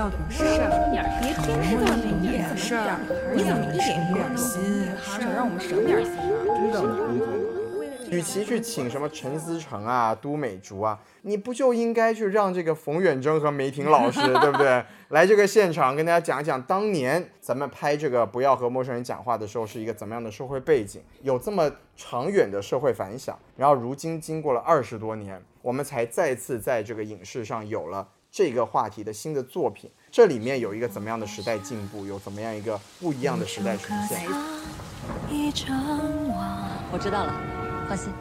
要懂事，别天天这么没意思事儿，你怎么一点心？想让我们省点心啊？ 知道你工作吗？与其去请什么陈思诚啊、都美竹啊，你不就应该去让这个冯远征和梅婷老师，对不对？来这个现场跟大家讲一讲，当年咱们拍这个不要和陌生人讲话的时候是一个怎么样的社会背景，有这么长远的社会反响。然后如今经过了20多年，我们才再次在这个影视上有了这个话题的新的作品。这里面有一个怎么样的时代进步，有怎么样一个不一样的时代呈现。 我知道了，放心。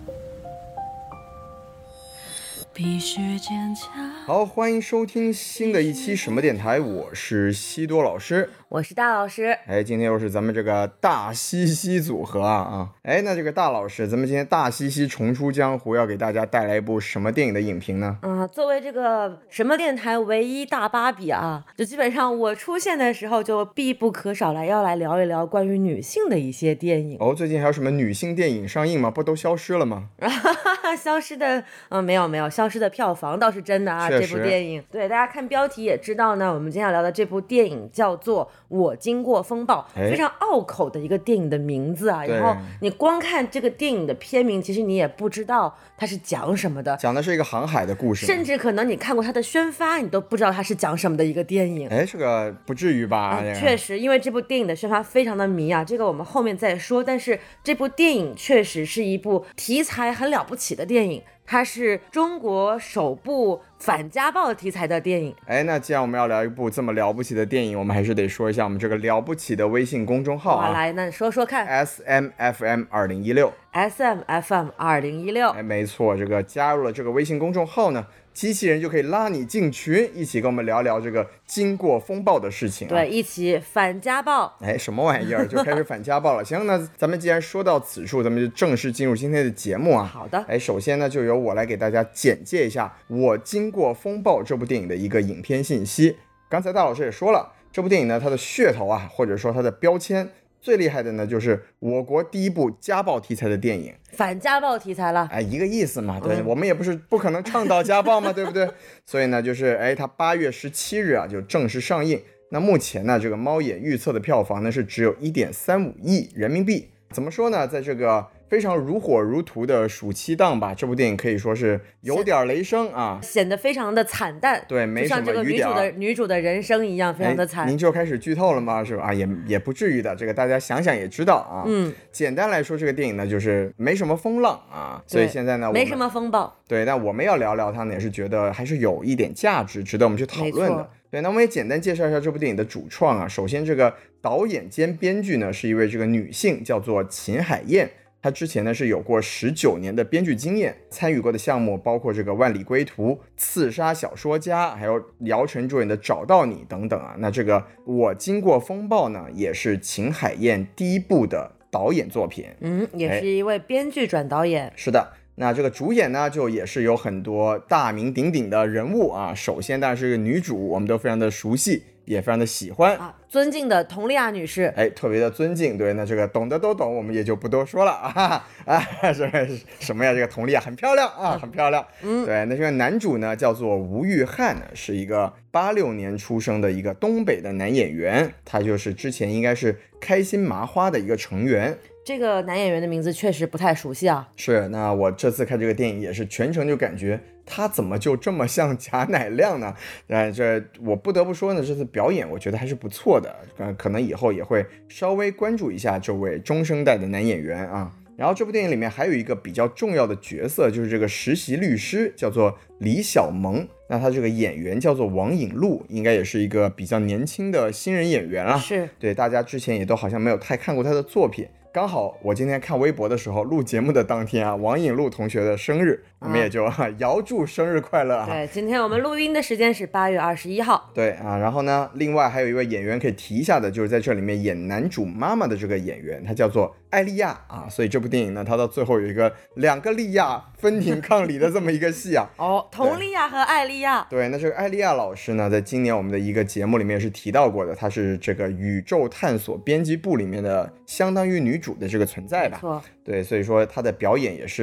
必须坚强。 好，欢迎收听新的一期什么电台，我是西多老师， 我是大老师。 今天又是咱们这个大西西组合啊。那这个大老师，咱们今天大西西重出江湖，要给大家带来一部什么电影的影评呢？ 作为这个什么电台唯一大芭比啊，就基本上我出现的时候就必不可少要来聊一聊关于女性的一些电影。 最近还有什么女性电影上映吗？不都消失了吗？ 消失的没有，消失的票房倒是真的啊。这部电影，对大家看标题也知道呢，我们今天要聊的这部电影叫做《我经过风暴》，非常拗口的一个电影的名字啊。然后你光看这个电影的片名，其实你也不知道它是讲什么的， 讲的是一个航海的故事， 甚至可能你看过它的宣发，你都不知道它是讲什么的一个电影。 这个不至于吧？ 确实，因为这部电影的宣发非常的迷啊，这个我们后面再说。但是这部电影确实是一部题材很了不起的电影，它是中国首部反家暴题材的电影。 那既然我们要聊一部这么了不起的电影，我们还是得说一下我们这个了不起的微信公众号啊。 来，那说说看。 SMFM2016 SMFM2016， 没错，这个加入了这个微信公众号呢，机器人就可以拉你进群，一起跟我们聊聊这个经过风暴的事情对，一起反家暴。 什么玩意儿，就开始反家暴了。行，那咱们既然说到此处，咱们就正式进入今天的节目啊。 好的。 首先呢，就由我来给大家简介一下《我经过风暴》这部电影的一个影片信息。刚才大老师也说了，这部电影呢，它的噱头啊，或者说它的标签最厉害的呢，就是我国第一部家暴题材的电影， 反家暴题材了。 一个意思嘛。对，我们也不可能倡导家暴嘛，对不对？所以呢，就是它8月17日啊就正式上映。那目前呢，这个猫眼预测的票房呢是只有1.35亿人民币。怎么说呢，在这个非常如火如荼的暑期档吧，这部电影可以说是有点雷声啊， 显得非常的惨淡。 对，没什么雨点， 就像这个女主的人生一样，非常的惨。 您就开始剧透了吗？是吧？也不至于的，这个大家想想也知道啊。简单来说，这个电影呢就是没什么风浪啊，所以现在呢没什么风暴。 对，但我们要聊聊它呢，也是觉得还是有一点价值，值得我们去讨论的。对，那我们也简单介绍一下这部电影的主创啊。首先，这个导演兼编剧呢是一位这个女性，叫做秦海燕。她之前呢是有过19年的编剧经验，参与过的项目包括这个《万里归途》、《刺杀小说家》，还有姚晨主演的《找到你》等等啊。那这个《我经过风暴》呢，也是秦海燕第一部的导演作品。 也是一位编剧转导演。 是的。那这个主演呢，就也是有很多大名鼎鼎的人物啊。首先当然是个女主，我们都非常的熟悉，也非常的喜欢啊，尊敬的佟丽娅女士。 特别的尊敬。对，那这个懂的都懂，我们也就不多说了啊。什么呀？这个佟丽娅很漂亮啊，很漂亮。对，那这个男主呢叫做吴玉翰，是一个86年出生的一个东北的男演员，他就是之前应该是开心麻花的一个成员。 这个男演员的名字确实不太熟悉啊。 是，那我这次看这个电影也是全程就感觉他怎么就这么像贾乃亮呢？这我不得不说呢，这次表演我觉得还是不错的，可能以后也会稍微关注一下这位中生代的男演员啊。然后这部电影里面还有一个比较重要的角色，就是这个实习律师，叫做李小萌。那他这个演员叫做王颖璐，应该也是一个比较年轻的新人演员了。 是， 对，大家之前也都好像没有太看过他的作品。刚好我今天看微博的时候，录节目的当天啊，王颖璐同学的生日，我们也就遥祝生日快乐啊。 对，今天我们录音的时间是8月21号。 对啊，然后呢，另外还有一位演员可以提一下的，就是在这里面演男主妈妈的这个演员，他叫做艾莉亚啊。所以这部电影呢，它到最后有一个2个莉亚分庭抗礼的这么一个戏啊。 佟丽娅和艾莉亚。 对，那这个艾莉亚老师呢，在今年我们的一个节目里面是提到过的，她是这个宇宙探索编辑部里面的相当于女主的这个存在吧。 没错。 对，所以说她的表演也是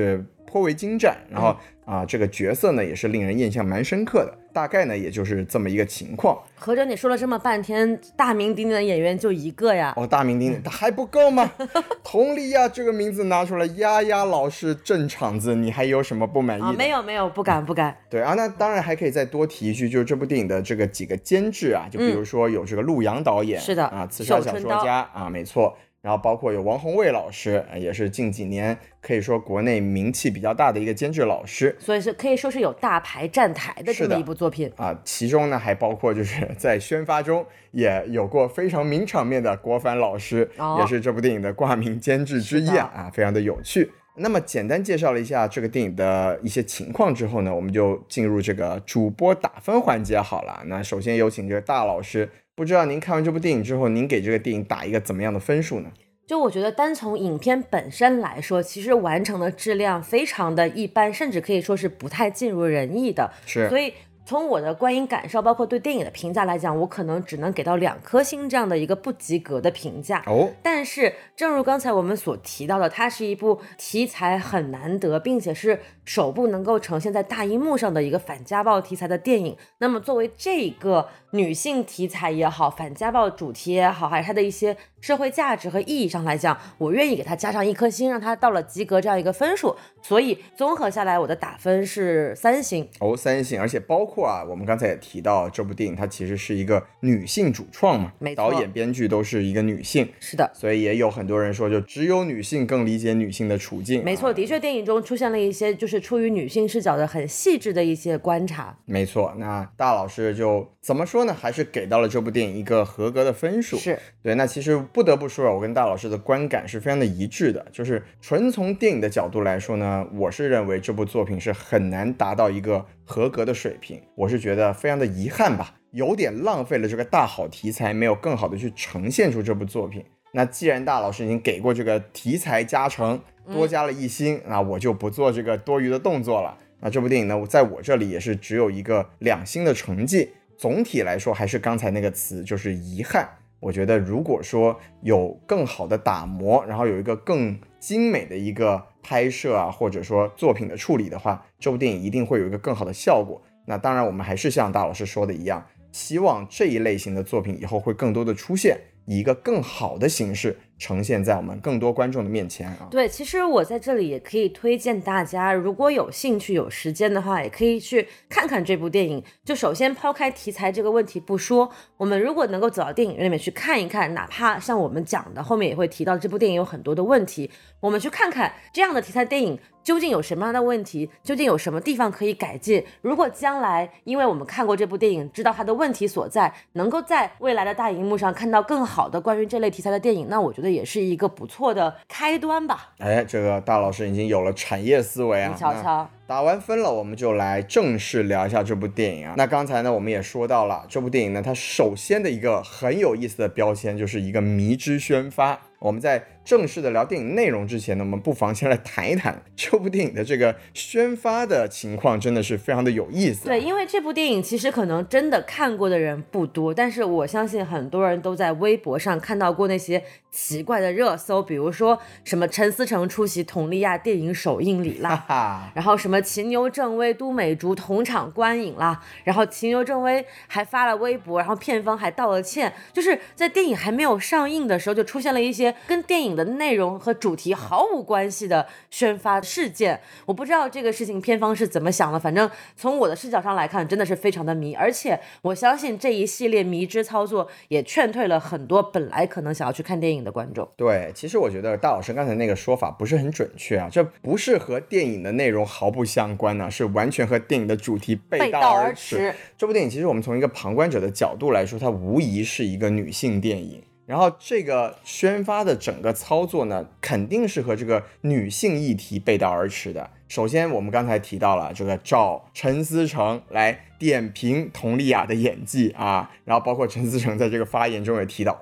颇为精湛，然后这个角色呢也是令人印象蛮深刻的，大概呢也就是这么一个情况。 合着你说了这么半天，大名鼎鼎的演员就一个呀？ 大名鼎鼎，他还不够吗？佟丽娅这个名字拿出来，丫丫老师镇场子，你还有什么不满意的？ 没有，不敢。 对啊，那当然还可以再多提一句，就是这部电影的这个几个监制啊，就比如说有这个陆阳导演， 是的刺杀小说家没错。然后包括有王宏卫老师，也是近几年可以说国内名气比较大的一个监制老师， 所以是可以说是有大牌站台的这么一部作品其中呢还包括就是在宣发中也有过非常名场面的郭帆老师，也是这部电影的挂名监制之一非常的有趣。那么简单介绍了一下这个电影的一些情况之后呢，我们就进入这个主播打分环节好了。那首先有请这个大老师，不知道您看完这部电影之后，您给这个电影打一个怎么样的分数呢？ 就我觉得单从影片本身来说，其实完成的质量非常的一般，甚至可以说是不太尽如人意的。 是， 所以从我的观影感受，包括对电影的评价来讲，我可能只能给到2颗星这样的一个不及格的评价。但是正如刚才我们所提到的，它是一部题材很难得，并且是首部能够呈现在大荧幕上的一个反家暴题材的电影。那么作为这个女性题材也好，反家暴主题也好，还是它的一些社会价值和意义上来讲，我愿意给它加上1颗星，让它到了及格这样一个分数。所以综合下来，我的打分是3星。 3星，而且包括我们刚才也提到，这部电影它其实是一个女性主创嘛， 没错， 导演编剧都是一个女性， 是的， 所以也有很多人说，就只有女性更理解女性的处境。 没错，的确电影中出现了一些就是出于女性视角的很细致的一些观察。 没错，那大老师就怎么说呢，还是给到了这部电影一个合格的分数。 是， 对，那其实不得不说，我跟大老师的观感是非常的一致的，就是纯从电影的角度来说呢，我是认为这部作品是很难达到一个合格的水平，我是觉得非常的遗憾吧，有点浪费了这个大好题材，没有更好的去呈现出这部作品。那既然大老师已经给过这个题材加成，多加了1星，那我就不做这个多余的动作了。那这部电影呢，在我这里也是只有一个2星的成绩。总体来说还是刚才那个词，就是遗憾。我觉得如果说有更好的打磨，然后有一个更精美的一个拍摄或者说作品的处理的话，这部电影一定会有一个更好的效果。那当然我们还是像大老师说的一样，希望这一类型的作品以后会更多的出现，以一个更好的形式呈现在我们更多观众的面前对，其实我在这里也可以推荐大家，如果有兴趣有时间的话，也可以去看看这部电影。就首先抛开题材这个问题不说，我们如果能够走到电影院里面去看一看，哪怕像我们讲的后面也会提到这部电影有很多的问题，我们去看看这样的题材电影究竟有什么样的问题，究竟有什么地方可以改进。如果将来因为我们看过这部电影，知道它的问题所在，能够在未来的大荧幕上看到更好的关于这类题材的电影，那我觉得也是一个不错的开端吧。 这个大老师已经有了产业思维你瞧瞧。 打完分了，我们就来正式聊一下这部电影那刚才呢，我们也说到了，这部电影呢，它首先的一个很有意思的标签就是一个迷之宣发。我们在正式的聊电影内容之前呢，我们不妨先来谈一谈这部电影的这个宣发的情况，真的是非常的有意思。 对，因为这部电影其实可能真的看过的人不多，但是我相信很多人都在微博上看到过那些奇怪的热搜，比如说什么陈思诚出席佟丽娅电影首映礼啦，然后什么秦牛正威、都美竹同场观影啦，然后秦牛正威还发了微博，然后片方还道了歉，就是在电影还没有上映的时候就出现了一些跟电影的内容和主题毫无关系的宣发事件。我不知道这个事情片方是怎么想的，反正从我的视角上来看真的是非常的迷，而且我相信这一系列迷之操作也劝退了很多本来可能想要去看电影的观众。 对，其实我觉得大老师刚才那个说法不是很准确这不是和电影的内容毫不相关是完全和电影的主题背道而驰。这部电影其实我们从一个旁观者的角度来说，它无疑是一个女性电影，然后这个宣发的整个操作呢，肯定是和这个女性议题背道而驰的。首先我们刚才提到了这个找陈思诚来点评佟丽娅的演技然后包括陈思诚在这个发言中也提到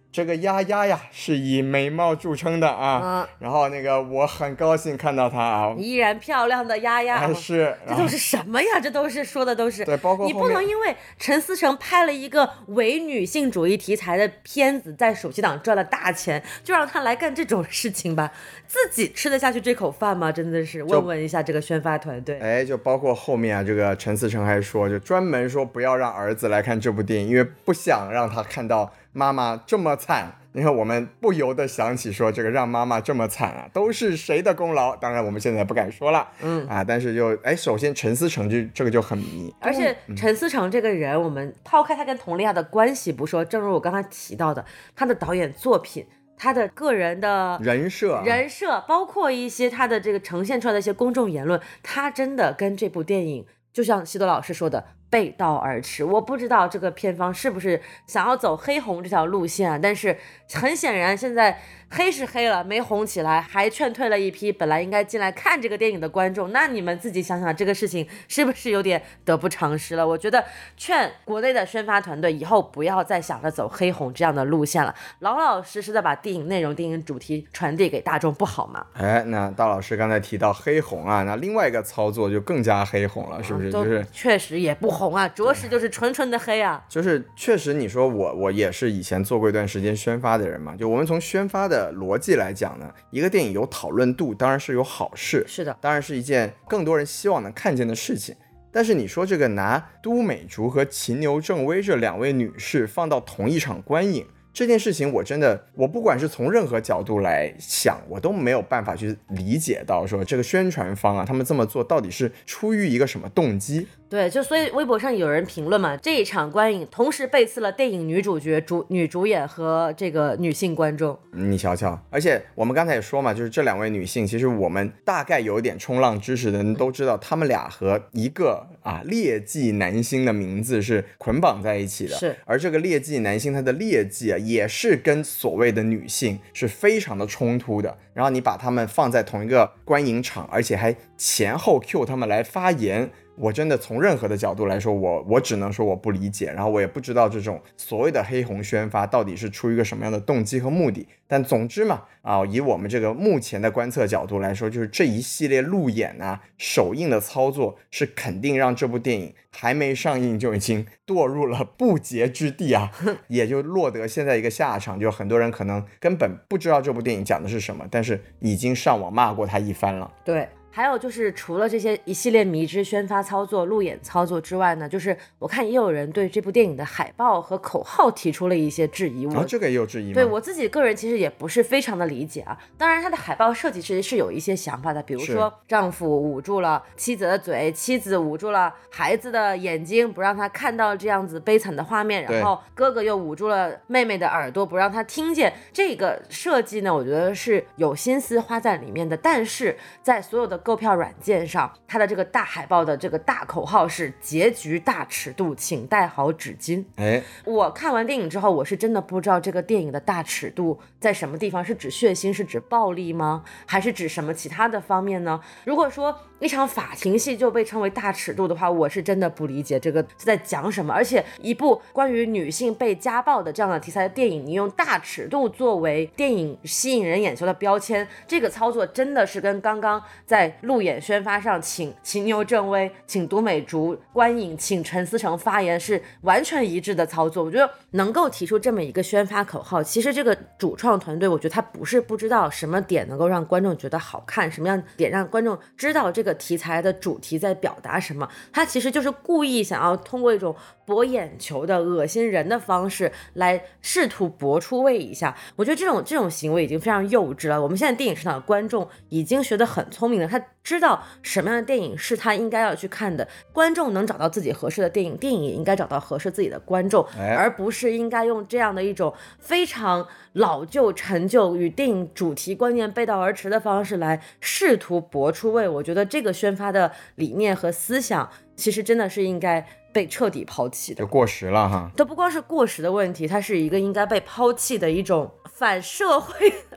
这个丫丫呀是以美貌著称的啊，然后那个我很高兴看到她啊， 依然漂亮的丫丫， 是， 这都是什么呀？这都是说的都是对，包括你不能因为陈思诚拍了一个伪女性主义题材的片子，在暑期档赚了大钱，就让他来干这种事情吧？自己吃得下去这口饭吗？真的是问问一下这个宣发团队。 就包括后面啊，这个陈思诚还说，就专门说不要让儿子来看这部电影，因为不想让他看到妈妈这么惨。你看我们不由得想起说，这个让妈妈这么惨啊，都是谁的功劳？当然我们现在不敢说了，但是就首先陈思诚这个就很迷， 而且陈思诚这个人，我们抛开他跟佟丽娅的关系不说，正如我刚才提到的，他的导演作品，他的个人的人设，包括一些他的这个呈现出来的一些公众言论，他真的跟这部电影就像西多老师说的背道而驰。我不知道这个片方是不是想要走黑红这条路线啊，但是很显然现在黑是黑了，没红起来，还劝退了一批本来应该进来看这个电影的观众。那你们自己想想，这个事情是不是有点得不偿失了？我觉得劝国内的宣发团队以后不要再想着走黑红这样的路线了，老老实实的把电影内容、电影主题传递给大众，不好吗？ 那大老师刚才提到黑红啊，那另外一个操作就更加黑红了，是不是？就是确实也不红啊，着实就是纯纯的黑啊。 就是确实，你说我也是以前做过一段时间宣发的人嘛，就我们从宣发的逻辑来讲呢，一个电影有讨论度当然是有好事， 是的， 当然是一件更多人希望能看见的事情。但是你说这个拿都美竹和秦牛正威这两位女士放到同一场观影，这件事情我不管是从任何角度来想，我都没有办法去理解到说这个宣传方啊，他们这么做到底是出于一个什么动机。 对，就所以微博上有人评论嘛，这一场观影同时背刺了电影女主角、女主演和这个女性观众。 你瞧瞧，而且我们刚才也说嘛，就是这两位女性，其实我们大概有一点冲浪知识的人都知道，她们俩和一个劣迹男星的名字是捆绑在一起的。 是， 而这个劣迹男星他的劣迹啊，也是跟所谓的女性是非常的冲突的。然后你把他们放在同一个观影场，而且还前后 cue 他们来发言。我真的从任何的角度来说，我只能说我不理解，然后我也不知道这种所谓的黑红宣发到底是出于一个什么样的动机和目的。但总之嘛，以我们这个目前的观测角度来说，就是这一系列路演啊、首映的操作是肯定让这部电影还没上映就已经堕入了不洁之地啊，也就落得现在一个下场，就很多人可能根本不知道这部电影讲的是什么，但是已经上网骂过他一番了。 对。还有就是除了这些一系列迷之宣发操作、路演操作之外呢，就是我看也有人对这部电影的海报和口号提出了一些质疑。 这个也有质疑吗？ 对，我自己个人其实也不是非常的理解啊。当然他的海报设计其实是有一些想法的，比如说丈夫捂住了妻子的嘴，妻子捂住了孩子的眼睛，不让他看到这样子悲惨的画面，然后哥哥又捂住了妹妹的耳朵，不让他听见。这个设计呢，我觉得是有心思花在里面的，但是在所有的购票软件上，它的这个大海报的这个大口号是结局大尺度，请带好纸巾。我看完电影之后，我是真的不知道这个电影的大尺度在什么地方，是指血腥，是指暴力吗？还是指什么其他的方面呢？如果说一场法庭戏就被称为大尺度的话，我是真的不理解这个是在讲什么。而且一部关于女性被家暴的这样的题材的电影，你用大尺度作为电影吸引人眼球的标签，这个操作真的是跟刚刚在路演宣发上请秦牛正威、请都美竹观影、请陈思诚发言是完全一致的操作。我觉得能够提出这么一个宣发口号，其实这个主创团队我觉得他不是不知道什么点能够让观众觉得好看，什么样点让观众知道这个题材的主题在表达什么，他其实就是故意想要通过一种博眼球的恶心人的方式来试图博出位一下。我觉得这种行为已经非常幼稚了。我们现在电影市场的观众已经学得很聪明了，他知道什么样的电影是他应该要去看的，观众能找到自己合适的电影，电影也应该找到合适自己的观众，而不是应该用这样的一种非常老旧陈旧与电影主题观念背道而驰的方式来试图博出位。我觉得这个宣发的理念和思想其实真的是应该被彻底抛弃的， 就过时了哈。 都不光是过时的问题，它是一个应该被抛弃的一种反社会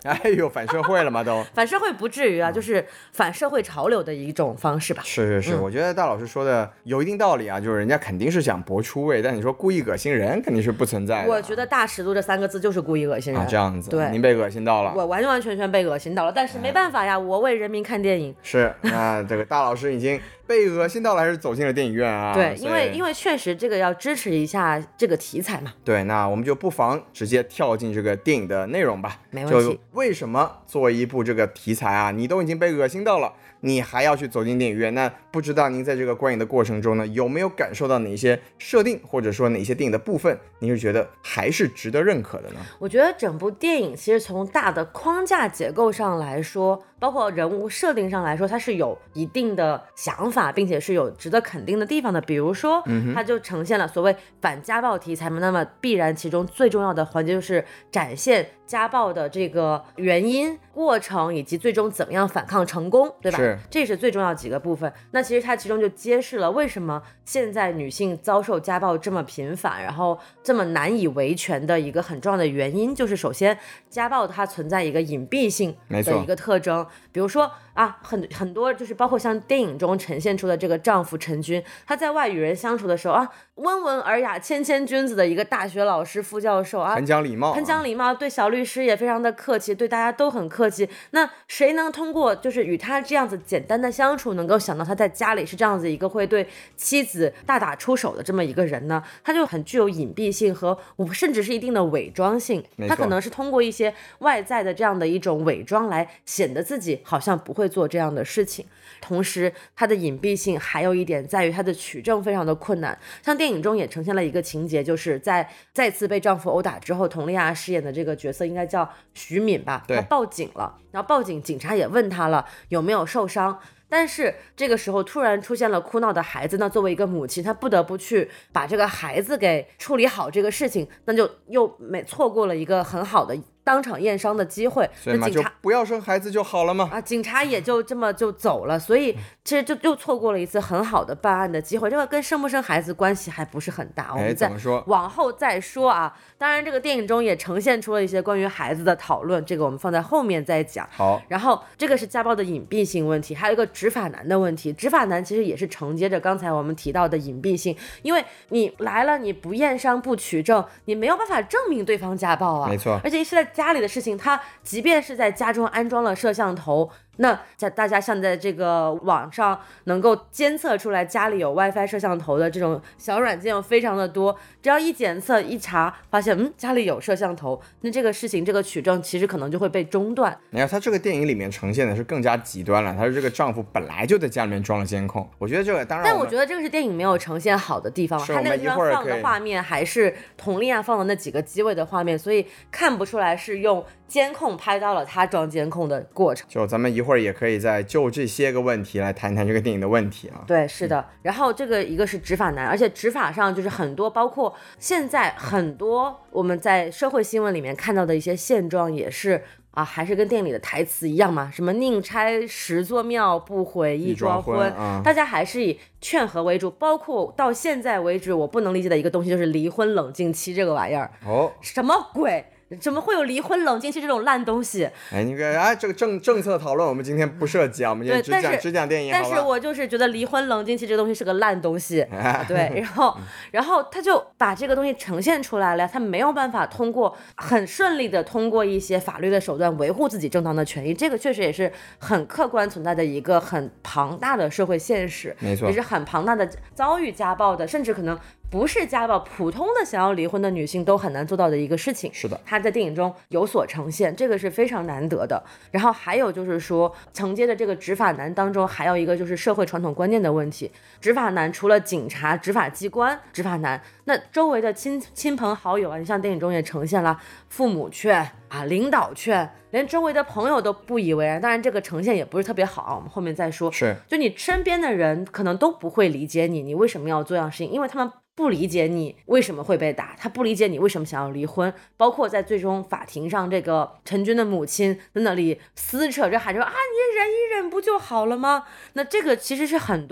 哎呦，反社会了吗都？ 反社会不至于啊，就是反社会潮流的一种方式吧。 是，我觉得大老师说的有一定道理啊，就是人家肯定是想博出位，但你说故意恶心人肯定是不存在的。 我觉得大尺度这3个字就是故意恶心人这样子。 对， 您被恶心到了。 我完完全全被恶心到了，但是没办法呀，我为人民看电影。 是，那这个大老师已经被恶心到了，还是走进了电影院啊？ 对，因为确实这个要支持一下这个题材嘛。 对，那我们就不妨直接跳进这个电影的内容吧。 没问题。 就为什么作为一部这个题材啊，你都已经被恶心到了，你还要去走进电影院？那不知道您在这个观影的过程中呢，有没有感受到哪些设定，或者说哪些电影的部分，您是觉得还是值得认可的呢？ 我觉得整部电影其实从大的框架结构上来说，包括人物设定上来说，它是有一定的想法，并且是有值得肯定的地方的。比如说，它就呈现了所谓反家暴题材嘛，那么必然其中最重要的环节就是展现家暴的这个原因、过程以及最终怎么样反抗成功，对吧？这是最重要几个部分。那其实它其中就揭示了为什么现在女性遭受家暴这么频繁，然后这么难以维权的一个很重要的原因，就是首先家暴它存在一个隐蔽性的一个特征，比如说啊，很多就是包括像电影中呈现出的这个丈夫陈军，他在外与人相处的时候啊，温文尔雅、谦谦君子的一个大学老师、副教授啊， 很讲礼貌， 对小律师也非常的客气，对大家都很客气。那谁能通过就是与他这样子简单的相处，能够想到他在家里是这样子一个会对妻子大打出手的这么一个人呢？他就很具有隐蔽性和甚至是一定的伪装性，他可能是通过一些外在的这样的一种伪装来显得自己好像不会做这样的事情。同时他的隐蔽性还有一点在于他的取证非常的困难，像电影中也呈现了一个情节，就是在再次被丈夫殴打之后，佟丽娅饰演的这个角色应该叫徐敏吧，她报警了，然后报警，警察也问她了有没有受伤，但是这个时候突然出现了哭闹的孩子，那作为一个母亲，她不得不去把这个孩子给处理好这个事情，那就又错过了一个很好的当场验伤的机会， 所以嘛，就不要生孩子就好了嘛。 警察也就这么就走了，所以其实就又错过了一次很好的办案的机会。这个跟生不生孩子关系还不是很大，我们再往后再说啊。当然，这个电影中也呈现出了一些关于孩子的讨论，这个我们放在后面再讲。 好， 然后这个是家暴的隐蔽性问题，还有一个执法难的问题。执法难其实也是承接着刚才我们提到的隐蔽性，因为你来了，你不验伤不取证，你没有办法证明对方家暴啊。 没错， 而且是在家里的事情，他即便是在家中安装了摄像头，那大家像在这个网上能够监测出来家里有 WiFi 摄像头的这种小软件有非常的多，只要一检测一查发现家里有摄像头，那这个事情这个取证其实可能就会被中断。 你看他这个电影里面呈现的是更加极端了，他说这个丈夫本来就在家里面装了监控，我觉得这个当然， 但我觉得这个是电影没有呈现好的地方，他那个地方放的画面还是佟丽娅放的那几个机位的画面，所以看不出来是用监控拍到了他装监控的过程。 就咱们一会儿也可以再就这些个问题来谈谈这个电影的问题啊。 对，是的。然后这个一个是执法难，而且执法上就是很多，包括现在很多我们在社会新闻里面看到的一些现状也是啊，还是跟电影里的台词一样嘛，什么宁拆10座庙，不毁一桩婚，大家还是以劝和为主。包括到现在为止，我不能理解的一个东西就是离婚冷静期这个玩意儿。什么鬼？怎么会有离婚冷静期这种烂东西？ 你这个政策讨论我们今天不涉及啊，我们今天只讲电影。 但是我就是觉得离婚冷静期这个东西是个烂东西，对。然后他就把这个东西呈现出来了，他没有办法通过很顺利的通过一些法律的手段维护自己正当的权益，这个确实也是很客观存在的一个很庞大的社会现实， 没错， 也是很庞大的遭遇家暴的，甚至可能不是家暴，普通的想要离婚的女性都很难做到的一个事情。 是的， 她在电影中有所呈现，这个是非常难得的。然后还有就是说，承接的这个执法难当中，还有一个就是社会传统观念的问题。执法难除了警察、执法机关执法难，那周围的亲朋好友啊，你像电影中也呈现了父母劝啊，领导劝，连周围的朋友都不以为然。当然这个呈现也不是特别好啊，我们后面再说。 是， 就你身边的人可能都不会理解你为什么要做这样的事情，因为他们不理解你为什么会被打，他不理解你为什么想要离婚。包括在最终法庭上，这个陈军的母亲在那里撕扯着喊着啊，你忍一忍不就好了吗？那这个其实是很多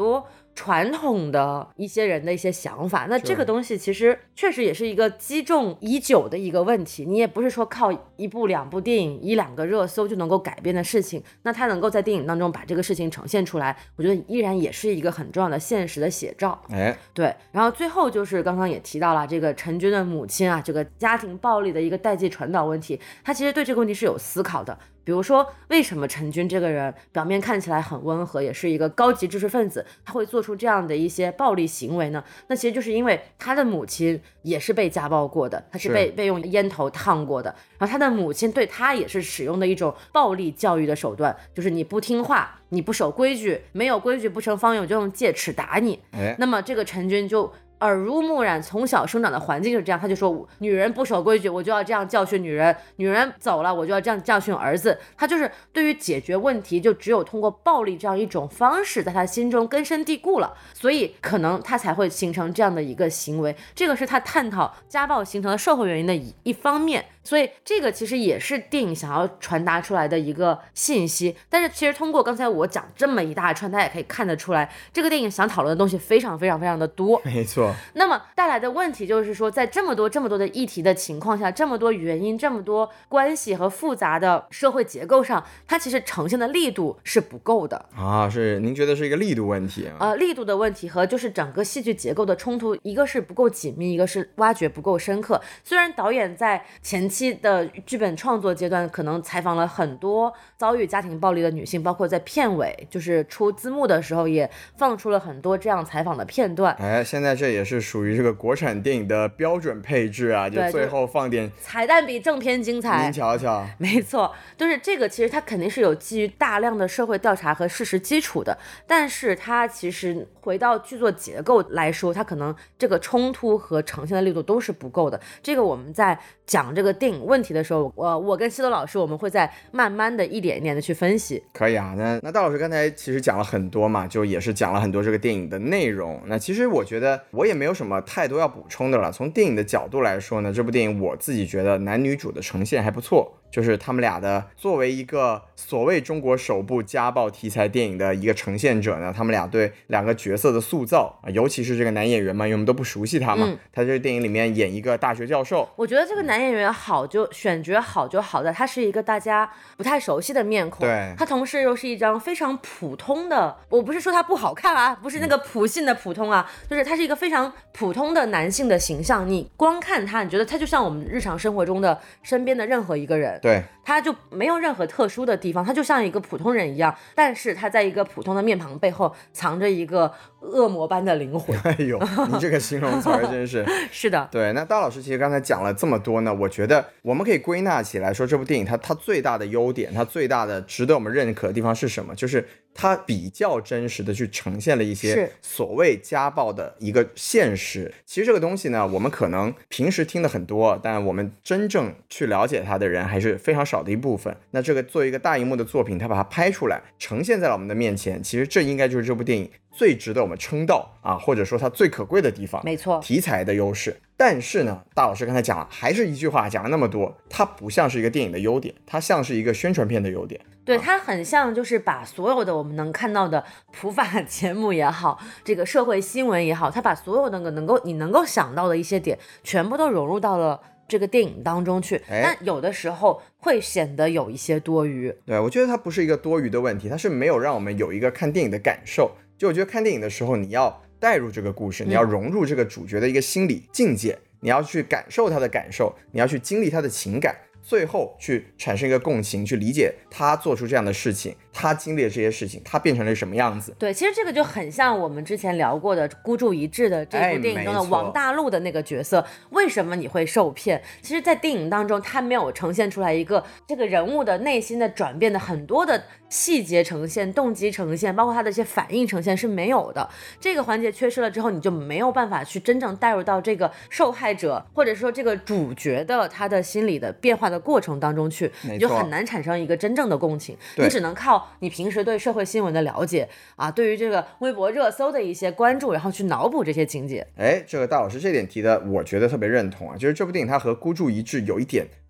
传统的一些人的一些想法。那这个东西其实确实也是一个积重已久的一个问题，你也不是说靠一部两部电影一两个热搜就能够改变的事情。那他能够在电影当中把这个事情呈现出来，我觉得依然也是一个很重要的现实的写照。对。然后最后就是刚刚也提到了这个陈军的母亲啊，这个家庭暴力的一个代际传导问题，他其实对这个问题是有思考的。比如说为什么陈军这个人表面看起来很温和，也是一个高级知识分子，他会做出这样的一些暴力行为呢？那其实就是因为他的母亲也是被家暴过的，他是被用烟头烫过的，然后他的母亲对他也是使用的一种暴力教育的手段，就是你不听话，你不守规矩，没有规矩不成方圆，我就用戒尺打你。那么这个陈军就耳濡目染，从小生长的环境就是这样，他就说女人不守规矩我就要这样教训女人，女人走了我就要这样教训儿子。他就是对于解决问题就只有通过暴力这样一种方式在他心中根深蒂固了，所以可能他才会形成这样的一个行为。这个是他探讨家暴形成的社会原因的一方面，所以这个其实也是电影想要传达出来的一个信息。但是其实通过刚才我讲这么一大串，大家也可以看得出来，这个电影想讨论的东西非常非常非常的多。 没错。 那么带来的问题就是说，在这么多的议题的情况下，这么多原因，这么多关系和复杂的社会结构上，它其实呈现的力度是不够的啊。是您觉得是一个力度问题力度的问题和就是整个戏剧结构的冲突，一个是不够紧密，一个是挖掘不够深刻。虽然导演在前期的剧本创作阶段可能采访了很多遭遇家庭暴力的女性，包括在片尾就是出字幕的时候也放出了很多这样采访的片段。 现在这也是属于这个国产电影的标准配置啊，就最后放点彩蛋比正片精彩。 您瞧瞧。 没错，就是这个其实它肯定是有基于大量的社会调查和事实基础的，但是它其实回到剧作结构来说，它可能这个冲突和呈现的力度都是不够的。这个我们在讲这个电影问题的时候，我跟西多老师我们会再慢慢的一点一点的去分析。 可以啊。那大老师刚才其实讲了很多嘛，就也是讲了很多这个电影的内容。那其实我觉得我也没有什么太多要补充的了。从电影的角度来说呢，这部电影我自己觉得男女主的呈现还不错，就是他们俩的作为一个所谓中国首部家暴题材电影的一个呈现者呢，他们俩对两个角色的塑造，尤其是这个男演员嘛，因为我们都不熟悉他嘛，他这个电影里面演一个大学教授。我觉得这个男演员好就选角好就好在他是一个大家不太熟悉的面孔， 对， 他同时又是一张非常普通的，我不是说他不好看啊，不是那个普信的普通啊，就是他是一个非常普通的男性的形象，你光看他，你觉得他就像我们日常生活中的身边的任何一个人， 对， 他就没有任何特殊的地方，他就像一个普通人一样，但是他在一个普通的面庞背后藏着一个恶魔般的灵魂。 哎呦，你这个形容词真是是的。 对，那大老师其实刚才讲了这么多呢，我觉得我们可以归纳起来说，这部电影它最大的优点，它最大的值得我们认可的地方是什么？就是它比较真实的去呈现了一些所谓家暴的一个现实。其实这个东西呢，我们可能平时听的很多，但我们真正去了解它的人还是非常少的一部分。那这个作为一个大荧幕的作品，它把它拍出来呈现在了我们的面前，其实这应该就是这部电影最值得我们称道啊，或者说它最可贵的地方。 没错， 题材的优势。但是呢，大老师刚才讲了，还是一句话讲了那么多，它不像是一个电影的优点，它像是一个宣传片的优点。 对，它很像就是把所有的我们能看到的普法节目也好，这个社会新闻也好，它把所有的你能够想到的一些点全部都融入到了这个电影当中去，但有的时候会显得有一些多余。 对，我觉得它不是一个多余的问题，它是没有让我们有一个看电影的感受。就我觉得看电影的时候，你要带入这个故事，你要融入这个主角的一个心理境界，你要去感受他的感受，你要去经历他的情感，最后去产生一个共情，去理解他做出这样的事情，他经历了这些事情，他变成了什么样子。 对，其实这个就很像我们之前聊过的孤注一掷的这部电影中的王大陆的那个角色。为什么你会受骗？其实在电影当中他没有呈现出来一个这个人物的内心的转变的很多的细节呈现，动机呈现，包括他的一些反应呈现是没有的。这个环节缺失了之后，你就没有办法去真正带入到这个受害者或者说这个主角的他的心理的变化的过程当中去，你就很难产生一个真正的共情。你只能靠你平时对社会新闻的了解啊，对于这个微博热搜的一些关注，然后去脑补这些情节。 这个大老师这点提的我觉得特别认同啊，就是这部电影它和孤注一掷有一点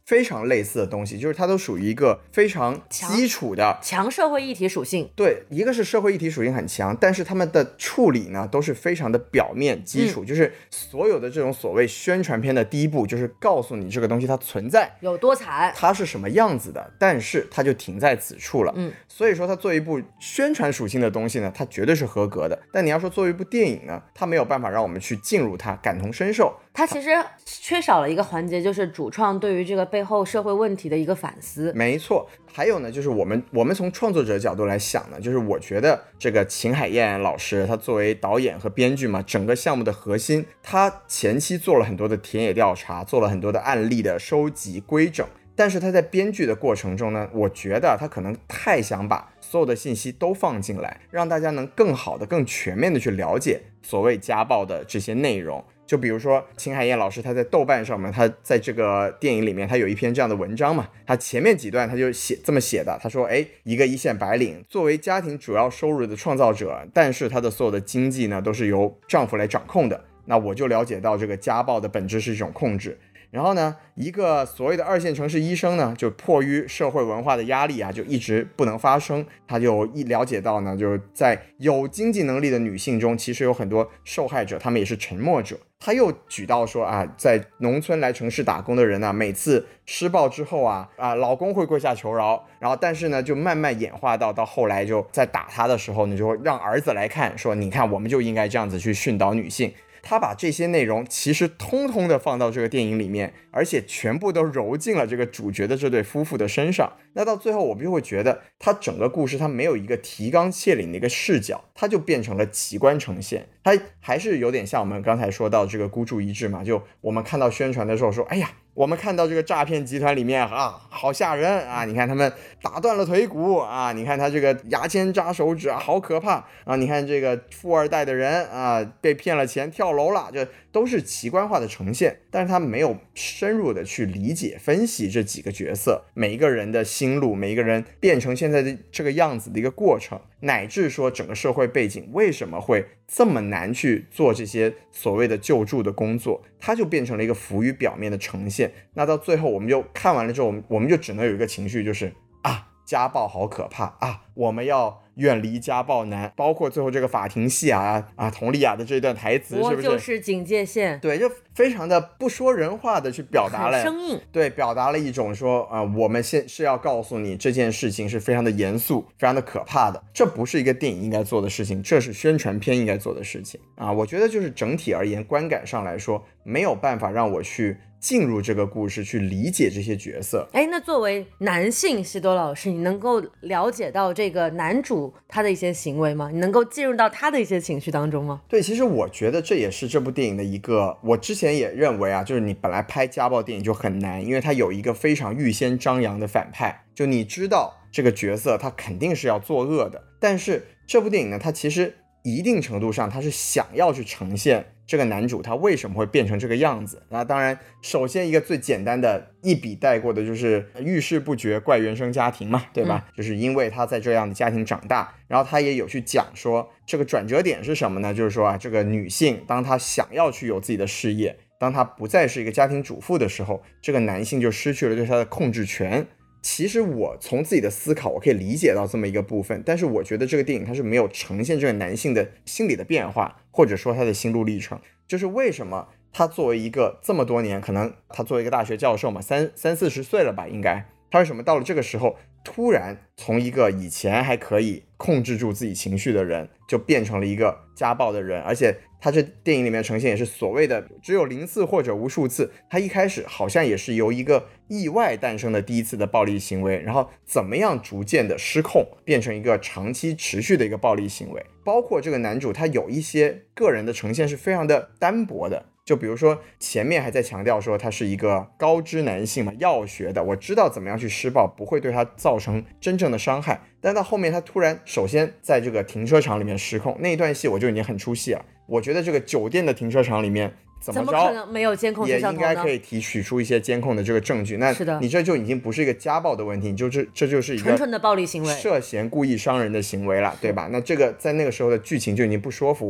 非常类似的东西，就是它都属于一个非常基础的强社会议题属性。 对，一个是社会议题属性很强，但是他们的处理呢都是非常的表面基础，就是所有的这种所谓宣传片的第一步就是告诉你这个东西它存在有多惨， 它是什么样子的，但是它就停在此处了。所以说它作为一部宣传属性的东西呢，它绝对是合格的。但你要说作为一部电影呢，它没有办法让我们去进入它，感同身受。 它其实缺少了一个环节，就是主创对于这个背后社会问题的一个反思。 没错，还有呢，就是我们从创作者角度来想呢，就是我觉得这个秦海燕老师，他作为导演和编剧嘛，整个项目的核心，他前期做了很多的田野调查，做了很多的案例的收集规整。但是他在编剧的过程中呢，我觉得他可能太想把所有的信息都放进来，让大家能更好的、更全面的去了解所谓家暴的这些内容。就比如说秦海燕老师他在豆瓣上面，他在这个电影里面他有一篇这样的文章嘛，他前面几段他就这么写的，他说一个一线白领作为家庭主要收入的创造者，但是他的所有的经济呢都是由丈夫来掌控的，那我就了解到这个家暴的本质是一种控制。然后呢，一个所谓的2线城市医生呢，就迫于社会文化的压力啊，就一直不能发声。他就了解到呢，就是在有经济能力的女性中，其实有很多受害者，他们也是沉默者。他又举到说啊，在农村来城市打工的人呢，每次施暴之后啊，老公会跪下求饶，然后但是呢，就慢慢演化到后来就在打他的时候呢，就会让儿子来看，说你看，我们就应该这样子去训导女性。他把这些内容其实通通的放到这个电影里面，而且全部都揉进了这个主角的这对夫妇的身上。那到最后我们就会觉得他整个故事他没有一个提纲挈领的一个视角，他就变成了奇观呈现。他还是有点像我们刚才说到这个孤注一掷嘛，就我们看到宣传的时候说，哎呀，我们看到这个诈骗集团里面啊，好吓人啊！你看他们打断了腿骨啊，你看他这个牙签扎手指啊，好可怕啊！你看这个富二代的人啊，被骗了钱跳楼了，这都是奇观化的呈现。但是他没有深入的去理解分析这几个角色每一个人的心路，每一个人变成现在的这个样子的一个过程，乃至说整个社会背景为什么会这么难去做这些所谓的救助的工作，它就变成了一个浮于表面的呈现。那到最后我们就看完了之后，我们就只能有一个情绪，就是家暴好可怕啊，我们要远离家暴男。包括最后这个法庭戏佟丽娅的这段台词，是不是我就是警戒线？ 对，就非常的不说人话的去表达了， 很生硬。 对，表达了一种说我们是要告诉你这件事情是非常的严肃，非常的可怕的，这不是一个电影应该做的事情，这是宣传片应该做的事情啊。我觉得就是整体而言，观感上来说没有办法让我去进入这个故事，去理解这些角色。 那作为男性，西多老师，你能够了解到这个男主他的一些行为吗？你能够进入到他的一些情绪当中吗？ 对，其实我觉得这也是这部电影的一个，我之前也认为就是你本来拍家暴电影就很难，因为它有一个非常预先张扬的反派，就你知道这个角色他肯定是要作恶的。但是这部电影呢，它其实一定程度上它是想要去呈现这个男主他为什么会变成这个样子。那当然首先一个最简单的一笔带过的就是遇事不决怪原生家庭嘛，对吧？就是因为他在这样的家庭长大，然后他也有去讲说这个转折点是什么呢？就是说这个女性当她想要去有自己的事业，当她不再是一个家庭主妇的时候，这个男性就失去了对她的控制权。其实我从自己的思考我可以理解到这么一个部分，但是我觉得这个电影它是没有呈现这个男性的心理的变化，或者说他的心路历程。就是为什么他作为一个这么多年，可能他作为一个大学教授嘛，30-40岁了吧应该，他为什么到了这个时候突然从一个以前还可以控制住自己情绪的人，就变成了一个家暴的人。而且他这电影里面呈现也是所谓的只有0次或者无数次，他一开始好像也是由一个意外诞生的第一次的暴力行为，然后怎么样逐渐的失控，变成一个长期持续的一个暴力行为。包括这个男主他有一些个人的呈现是非常的单薄的，就比如说前面还在强调说他是一个高知男性嘛，药学的，我知道怎么样去施暴不会对他造成真正的伤害。但到后面他突然首先在这个停车场里面失控，那一段戏我就已经很出戏了。我觉得这个酒店的停车场里面怎么可能没有监控摄像头呢？ 也应该可以提取出一些监控的这个证据。那你这就已经不是一个家暴的问题，这就是一个纯的暴力行为， 涉嫌故意伤人的行为了，对吧？那这个在那个时候的剧情就已经不说服我了。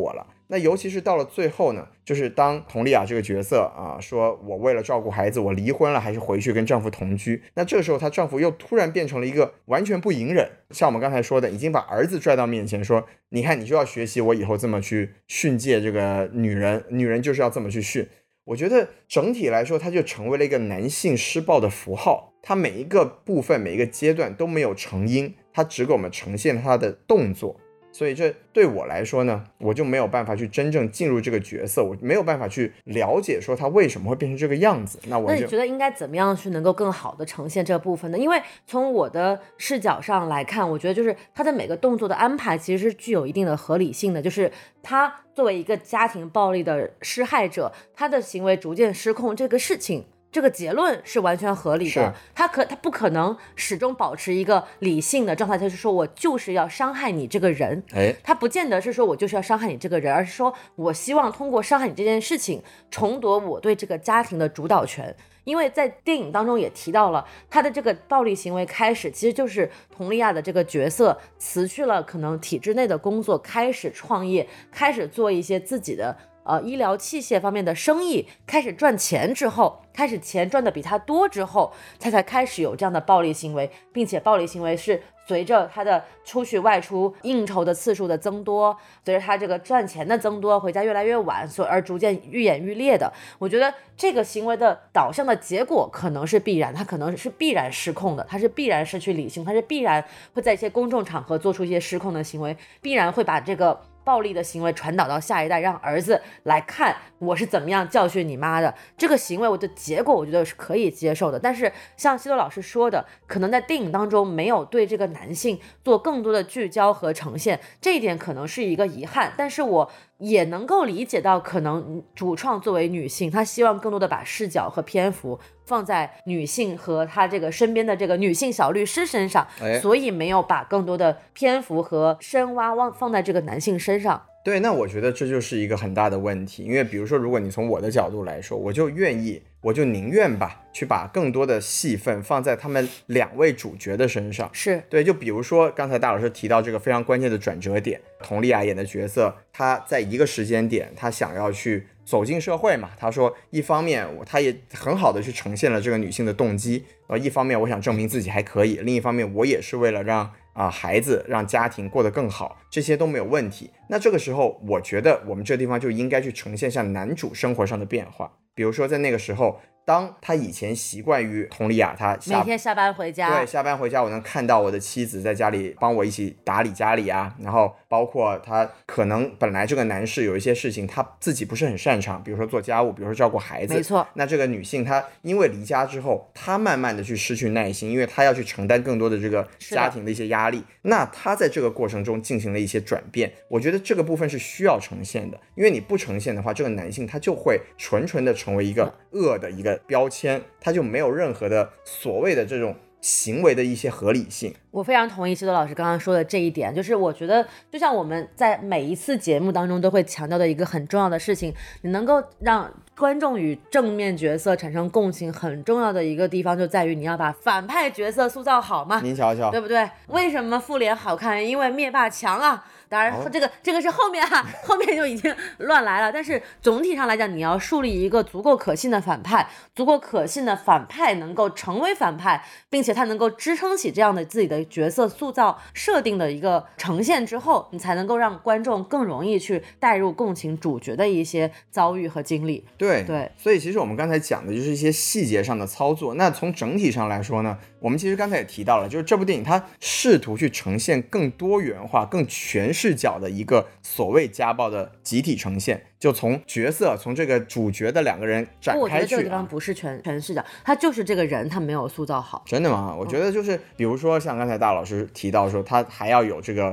那尤其是到了最后呢，就是当佟丽娅这个角色啊，说我为了照顾孩子我离婚了，还是回去跟丈夫同居，那这个时候她丈夫又突然变成了一个完全不隐忍，像我们刚才说的，已经把儿子拽到面前说，你看你就要学习我以后这么去训诫这个女人，女人就是要这么去训。我觉得整体来说它就成为了一个男性施暴的符号，它每一个部分每一个阶段都没有成因，它只给我们呈现了它的动作。所以这对我来说呢，我就没有办法去真正进入这个角色，我没有办法去了解说他为什么会变成这个样子。那你觉得应该怎么样去能够更好的呈现这个部分呢？因为从我的视角上来看，我觉得就是他的每个动作的安排其实是具有一定的合理性的，就是他作为一个家庭暴力的施害者，他的行为逐渐失控这个事情，这个结论是完全合理的，他不可能始终保持一个理性的状态，就是说我就是要伤害你这个人，他不见得是说我就是要伤害你这个人，而是说我希望通过伤害你这件事情重夺我对这个家庭的主导权。因为在电影当中也提到了他的这个暴力行为开始其实就是佟丽娅的这个角色辞去了可能体制内的工作，开始创业，开始做一些自己的医疗器械方面的生意，开始赚钱之后，开始钱赚的比他多之后，他才开始有这样的暴力行为，并且暴力行为是随着他的外出应酬的次数的增多，随着他这个赚钱的增多，回家越来越晚，而逐渐愈演愈烈的。我觉得这个行为的导向的结果可能是必然，他可能是必然失控的，他是必然失去理性，他是必然会在一些公众场合做出一些失控的行为，必然会把这个暴力的行为传导到下一代，让儿子来看我是怎么样教训你妈的。这个行为我的结果我觉得是可以接受的，但是像西多老师说的，可能在电影当中没有对这个男性做更多的聚焦和呈现，这一点可能是一个遗憾。但是我也能够理解到，可能主创作为女性，她希望更多的把视角和篇幅放在女性和她这个身边的这个女性小律师身上，所以没有把更多的篇幅和深挖放在这个男性身上。 对，那我觉得这就是一个很大的问题，因为比如说如果你从我的角度来说，我就宁愿吧去把更多的戏份放在他们两位主角的身上。 是对，就比如说刚才大老师提到这个非常关键的转折点，佟丽娅演的角色，她在一个时间点她想要去走进社会嘛，她说一方面她也很好的去呈现了这个女性的动机，一方面我想证明自己还可以，另一方面我也是为了让孩子让家庭过得更好，这些都没有问题。那这个时候我觉得我们这个地方就应该去呈现像男主生活上的变化，比如说在那个时候，当他以前习惯于佟丽娅，他每天下班回家， 对，下班回家我能看到我的妻子在家里帮我一起打理家里啊，然后包括他可能本来这个男士有一些事情他自己不是很擅长，比如说做家务，比如说照顾孩子， 没错。 那这个女性她因为离家之后，她慢慢的去失去耐心，因为她要去承担更多的这个家庭的一些压力，那她在这个过程中进行了一些转变，我觉得这个部分是需要呈现的，因为你不呈现的话，这个男性他就会纯的成为一个恶的一个标签，他就没有任何的所谓的这种行为的一些合理性。 我非常同意西多老师刚刚说的这一点，就是我觉得就像我们在每一次节目当中都会强调的一个很重要的事情，你能够让观众与正面角色产生共情，很重要的一个地方就在于你要把反派角色塑造好嘛。 您瞧瞧， 对不对？为什么复联好看？因为灭霸强啊。当然这个是后面后面就已经乱来了，但是总体上来讲，你要树立一个足够可信的反派，足够可信的反派能够成为反派，并且他能够支撑起这样的自己的角色塑造设定的一个呈现之后，你才能够让观众更容易去带入共情主角的一些遭遇和经历。 对，所以其实我们刚才讲的就是一些细节上的操作，那从整体上来说呢，我们其实刚才也提到了，就是这部电影它试图去呈现更多元化更全视角的一个所谓家暴的集体呈现，就从角色从这个主角的两个人展开去。 我觉得这个地方不是全视角，他就是这个人他没有塑造好。 真的吗？我觉得就是比如说像刚才大老师提到说他还要有这个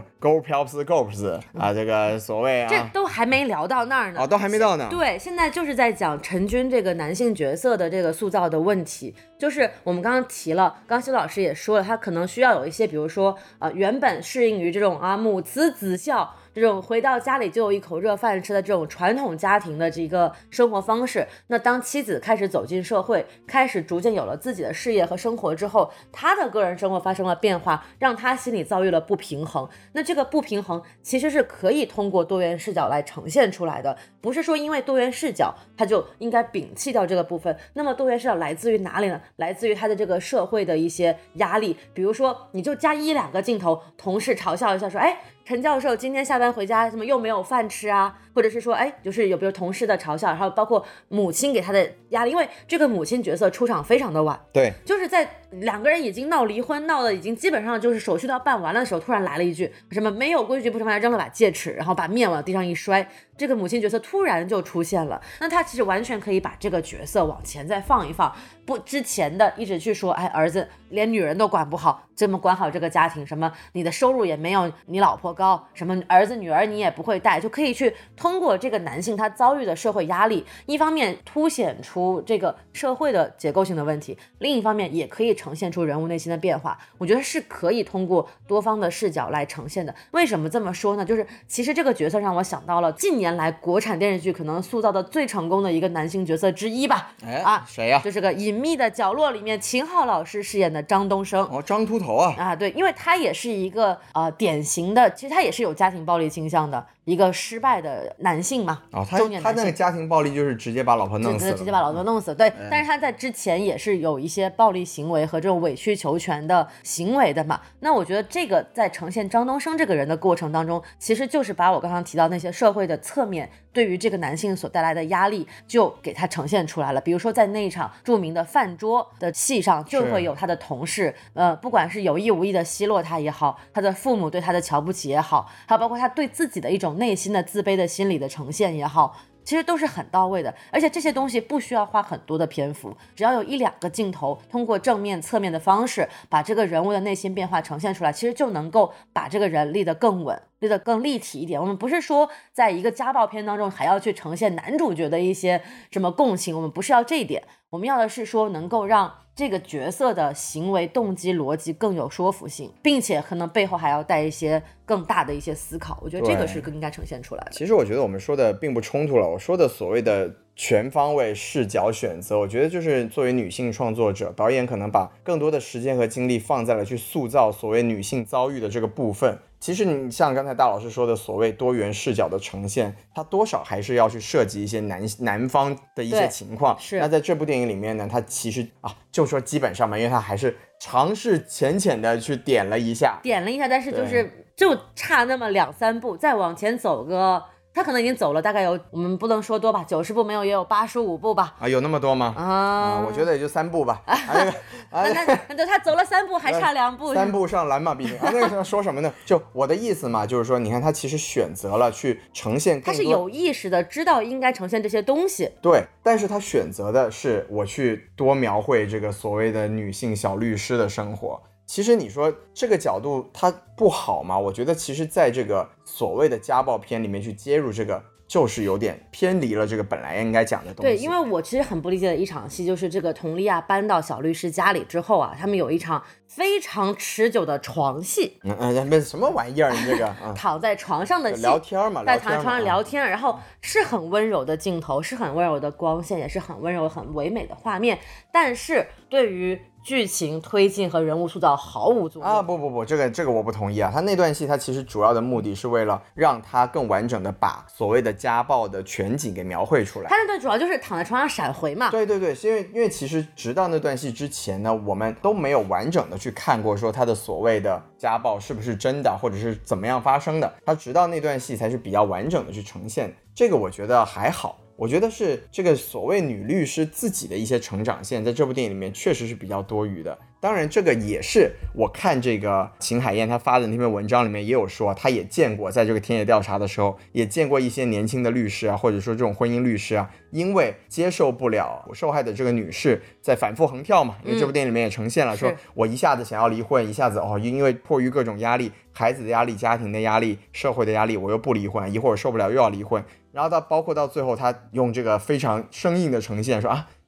GoProps 这个所谓这都还没聊到那儿呢。 都还没到呢。 对，现在就是在讲陈军这个男性角色的这个塑造的问题，就是我们刚刚提了，刚修老师也说了，他可能需要有一些比如说原本适应于这种母慈子孝这种回到家里就有一口热饭吃的这种传统家庭的这个生活方式。那当妻子开始走进社会，开始逐渐有了自己的事业和生活之后，她的个人生活发生了变化，让她心里遭遇了不平衡。那这个不平衡其实是可以通过多元视角来呈现出来的，不是说因为多元视角他就应该摒弃掉这个部分。那么多元视角来自于哪里呢？来自于他的这个社会的一些压力，比如说你就加1-2个镜头，同事嘲笑一下说，哎，陈教授今天下班回家怎么又没有饭吃啊？或者是说，哎，就是有比如同事的嘲笑，然后包括母亲给他的压力，因为这个母亲角色出场非常的晚， 对， 就是在2个人已经闹离婚，闹的已经基本上就是手续都要办完了的时候，突然来了一句什么没有规矩不成文，扔了把戒尺，然后把面往地上一摔，这个母亲角色突然就出现了。那他其实完全可以把这个角色往前再放一放，不之前的一直去说，哎，儿子连女人都管不好，这么管好这个家庭，什么你的收入也没有你老婆高，什么儿子女儿你也不会带，就可以去通过这个男性他遭遇的社会压力，一方面凸显出这个社会的结构性的问题，另一方面也可以呈现出人物内心的变化。我觉得是可以通过多方的视角来呈现的。为什么这么说呢？就是其实这个角色让我想到了近年来国产电视剧可能塑造的最成功的一个男性角色之一吧。 谁呀？ 就是个隐秘的角落里面秦昊老师饰演的张东升。 张秃头啊。 对，因为他也是一个典型的，其实他也是有家庭暴力倾向的一个失败的男性嘛。中年男性。他那个家庭暴力就是直接把老婆弄死了， 直接把老婆弄死。对，但是他在之前也是有一些暴力行为和这种委曲求全的行为的嘛。那我觉得这个在呈现张东升这个人的过程当中，其实就是把我刚刚提到那些社会的侧面对于这个男性所带来的压力就给他呈现出来了。比如说在那一场著名的饭桌的戏上，就会有他的同事不管是有意无意的奚落他也好，他的父母对他的瞧不起也好，还有包括他对自己的一种内心的自卑的心理的呈现也好，其实都是很到位的。而且这些东西不需要花很多的篇幅，只要有1-2个镜头，通过正面侧面的方式把这个人物的内心变化呈现出来，其实就能够把这个人立得更稳，立得更立体一点。我们不是说在一个家暴片当中还要去呈现男主角的一些什么共情，我们不是要这一点，我们要的是说能够让这个角色的行为动机逻辑更有说服性，并且可能背后还要带一些更大的一些思考。我觉得这个是更应该呈现出来的。 其实我觉得我们说的并不冲突了，我说的所谓的全方位视角选择，我觉得就是作为女性创作者，导演可能把更多的时间和精力放在了去塑造所谓女性遭遇的这个部分。其实你像刚才大老师说的所谓多元视角的呈现，它多少还是要去涉及一些男方的一些情况。 是。 那在这部电影里面呢，它其实就说基本上嘛，因为它还是尝试浅浅的去点了一下，但是就差那么2-3步，再往前走个。他可能已经走了大概有，我们不能说多吧90步没有也有85步吧。 有那么多吗？我觉得也就3步吧。 那他走了3步还差2步。 3步上篮嘛，毕竟。那个说什么呢？就我的意思嘛，就是说你看他其实选择了去呈现更多， 他是有意识的知道应该呈现这些东西。 对，但是他选择的是我去多描绘这个所谓的女性小律师的生活。其实你说这个角度它不好吗？我觉得其实在这个所谓的家暴片里面去接入这个，就是有点偏离了这个本来应该讲的东西。 对，因为我其实很不理解的一场戏，就是这个佟丽娅搬到小律师家里之后啊，他们有一场非常持久的床戏。 什么玩意儿？你这个躺在床上的戏， 聊天嘛， 在床上聊天，然后是很温柔的镜头，是很温柔的光线，也是很温柔很唯美的画面，但是对于剧情推进和人物塑造毫无作用不，这个我不同意啊。他那段戏他其实主要的目的是为了让他更完整的把所谓的家暴的全景给描绘出来。 他那段主要就是躺在床上闪回嘛。 对，因为其实直到那段戏之前呢，我们都没有完整的去看过说他的所谓的家暴是不是真的，或者是怎么样发生的。他直到那段戏才是比较完整的去呈现，这个我觉得还好。我觉得是这个所谓女律师自己的一些成长线，在这部电影里面确实是比较多余的。当然这个也是我看这个秦海燕她发的那篇文章里面也有说，她也见过在这个田野调查的时候也见过一些年轻的律师啊，或者说这种婚姻律师啊，因为接受不了受害的这个女士在反复横跳嘛，因为这部电影里面也呈现了说我一下子想要离婚，一下子因为迫于各种压力，孩子的压力、家庭的压力、社会的压力，我又不离婚，一会儿受不了又要离婚。然后到包括到最后他用这个非常生硬的呈现说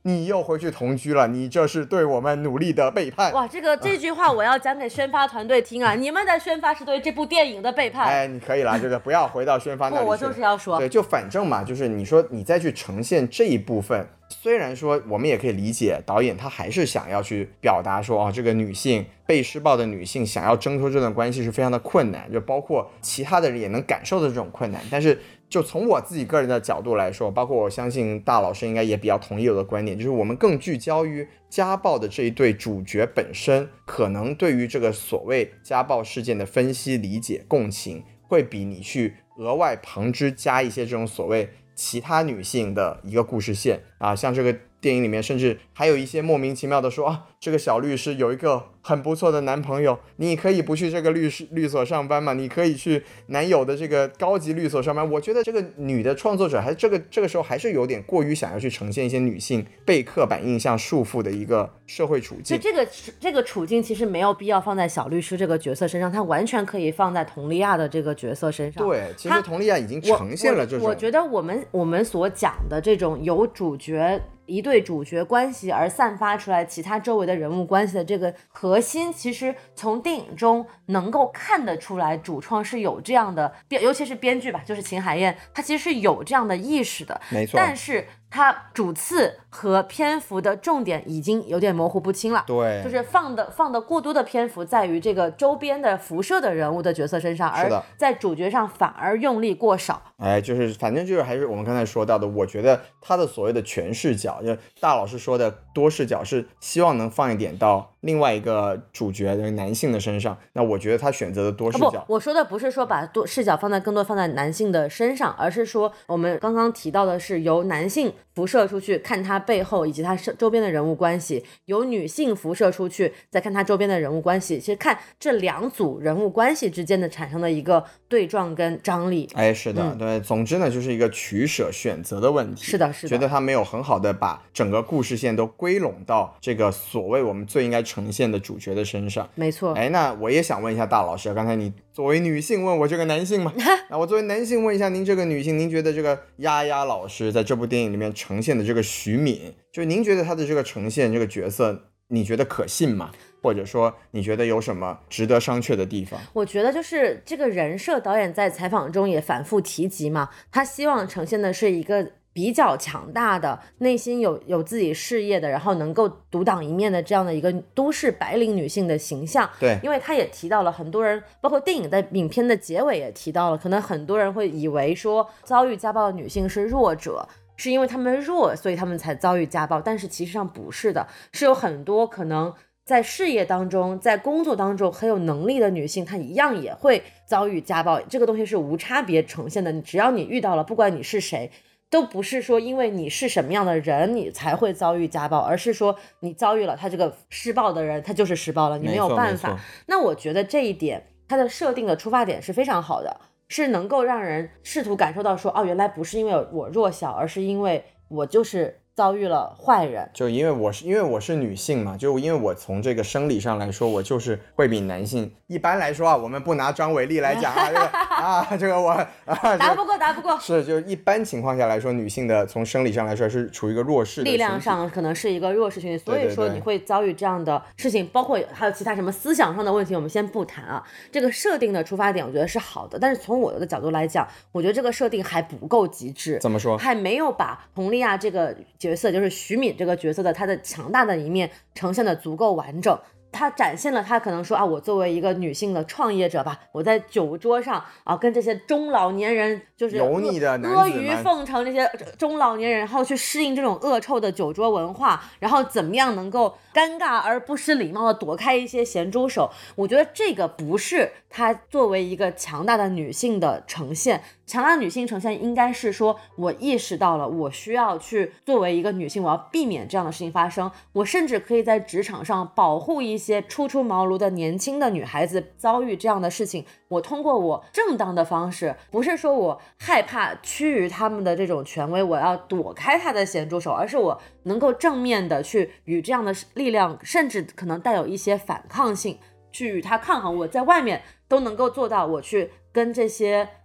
你又回去同居了，你这是对我们努力的背叛。 哇，这句话我要讲给宣发团队听啊！你们的宣发是对这部电影的背叛。 哎，你可以了，这个不要回到宣发那里去。 我就是要说， 对，就反正嘛，就是你说你再去呈现这一部分，虽然说我们也可以理解导演他还是想要去表达说，哦，这个女性被施暴的女性想要挣脱这段关系是非常的困难，就包括其他的人也能感受到这种困难。但是就从我自己个人的角度来说，包括我相信大老师应该也比较同意我的观点，就是我们更聚焦于家暴的这一对主角本身，可能对于这个所谓家暴事件的分析、理解、共情，会比你去额外旁支加一些这种所谓其他女性的一个故事线啊，像这个电影里面甚至还有一些莫名其妙的说啊，这个小律师有一个很不错的男朋友，你可以不去这个律所上班嘛，你可以去男友的这个高级律所上班。我觉得这个女的创作者还这个时候还是有点过于想要去呈现一些女性被刻板印象束缚的一个社会处境。 这个处境其实没有必要放在小律师这个角色身上，它完全可以放在佟丽娅的这个角色身上。 对，其实佟丽娅已经呈现了这种， 我觉得我们所讲的这种有主角一对主角关系而散发出来其他周围的人物关系的这个核心，其实从电影中能够看得出来，主创是有这样的，尤其是编剧吧，就是秦海燕，他其实是有这样的意识的。 没错， 但是它主次和篇幅的重点已经有点模糊不清了。 对， 就是放的过多的篇幅在于这个周边的辐射的人物的角色身上，而在主角上反而用力过少。 哎，就是反正就是还是我们刚才说到的，我觉得他的所谓的全视角，就大老师说的多视角，是希望能放一点到另外一个主角的男性的身上。那我觉得他选择的多视角， 我说的不是说把多视角更多放在男性的身上，而是说我们刚刚提到的是由男性辐射出去看他背后以及他周边的人物关系，由女性辐射出去再看他周边的人物关系，其实看这两组人物关系之间的产生的一个对撞跟张力。 哎，是的，对，总之呢就是一个取舍选择的问题。 是的，是的， 觉得他没有很好的把整个故事线都归拢到这个所谓我们最应该呈现的主角的身上。 没错。 哎，那我也想问一下大老师，刚才你作为女性问我这个男性嘛，那我作为男性问一下您这个女性，您觉得这个丫丫老师在这部电影里面呈现的这个徐敏，就您觉得她的这个呈现这个角色，你觉得可信吗？或者说你觉得有什么值得商榷的地方？ 我觉得就是这个人设，导演在采访中也反复提及嘛，他希望呈现的是一个比较强大的，内心有自己事业的，然后能够独当一面的这样的一个都市白领女性的形象。 对， 因为他也提到了很多人，包括电影的影片的结尾也提到了，可能很多人会以为说遭遇家暴的女性是弱者，是因为她们弱所以她们才遭遇家暴，但是其实上不是的，是有很多可能在事业当中在工作当中很有能力的女性，她一样也会遭遇家暴。这个东西是无差别呈现的，只要你遇到了，不管你是谁，都不是说因为你是什么样的人你才会遭遇家暴，而是说你遭遇了他这个施暴的人，他就是施暴了，你没有办法。那我觉得这一点他的设定的出发点是非常好的，是能够让人试图感受到说，哦，原来不是因为我弱小，而是因为我就是遭遇了坏人。 就因为我是女性嘛，就因为我从这个生理上来说，我就是会比男性，一般来说啊，我们不拿张伟丽来讲啊，这个我打不过是，就一般情况下来说，女性的从生理上来说是处于一个弱势的， 力量上可能是一个弱势群体，所以说你会遭遇这样的事情，包括还有其他什么思想上的问题，我们先不谈啊。这个设定的出发点我觉得是好的，但是从我的角度来讲，我觉得这个设定还不够极致。 怎么说？ 还没有把佟丽娅这个角色，就是徐敏这个角色的她的强大的一面呈现的足够完整。她展现了她可能说啊，我作为一个女性的创业者吧，我在酒桌上啊，跟这些中老年人就是油腻的男子阿谀奉承这些中老年人，然后去适应这种恶臭的酒桌文化，然后怎么样能够尴尬而不失礼貌的躲开一些咸猪手。我觉得这个不是她作为一个强大的女性的呈现。强大的女性呈现应该是说，我意识到了我需要去作为一个女性，我要避免这样的事情发生，我甚至可以在职场上保护一些初出茅庐的年轻的女孩子遭遇这样的事情。我通过我正当的方式，不是说我害怕趋于他们的这种权威，我要躲开他的咸猪手，而是我能够正面的去与这样的力量，甚至可能带有一些反抗性，去与他抗衡。我在外面都能够做到，我去跟这些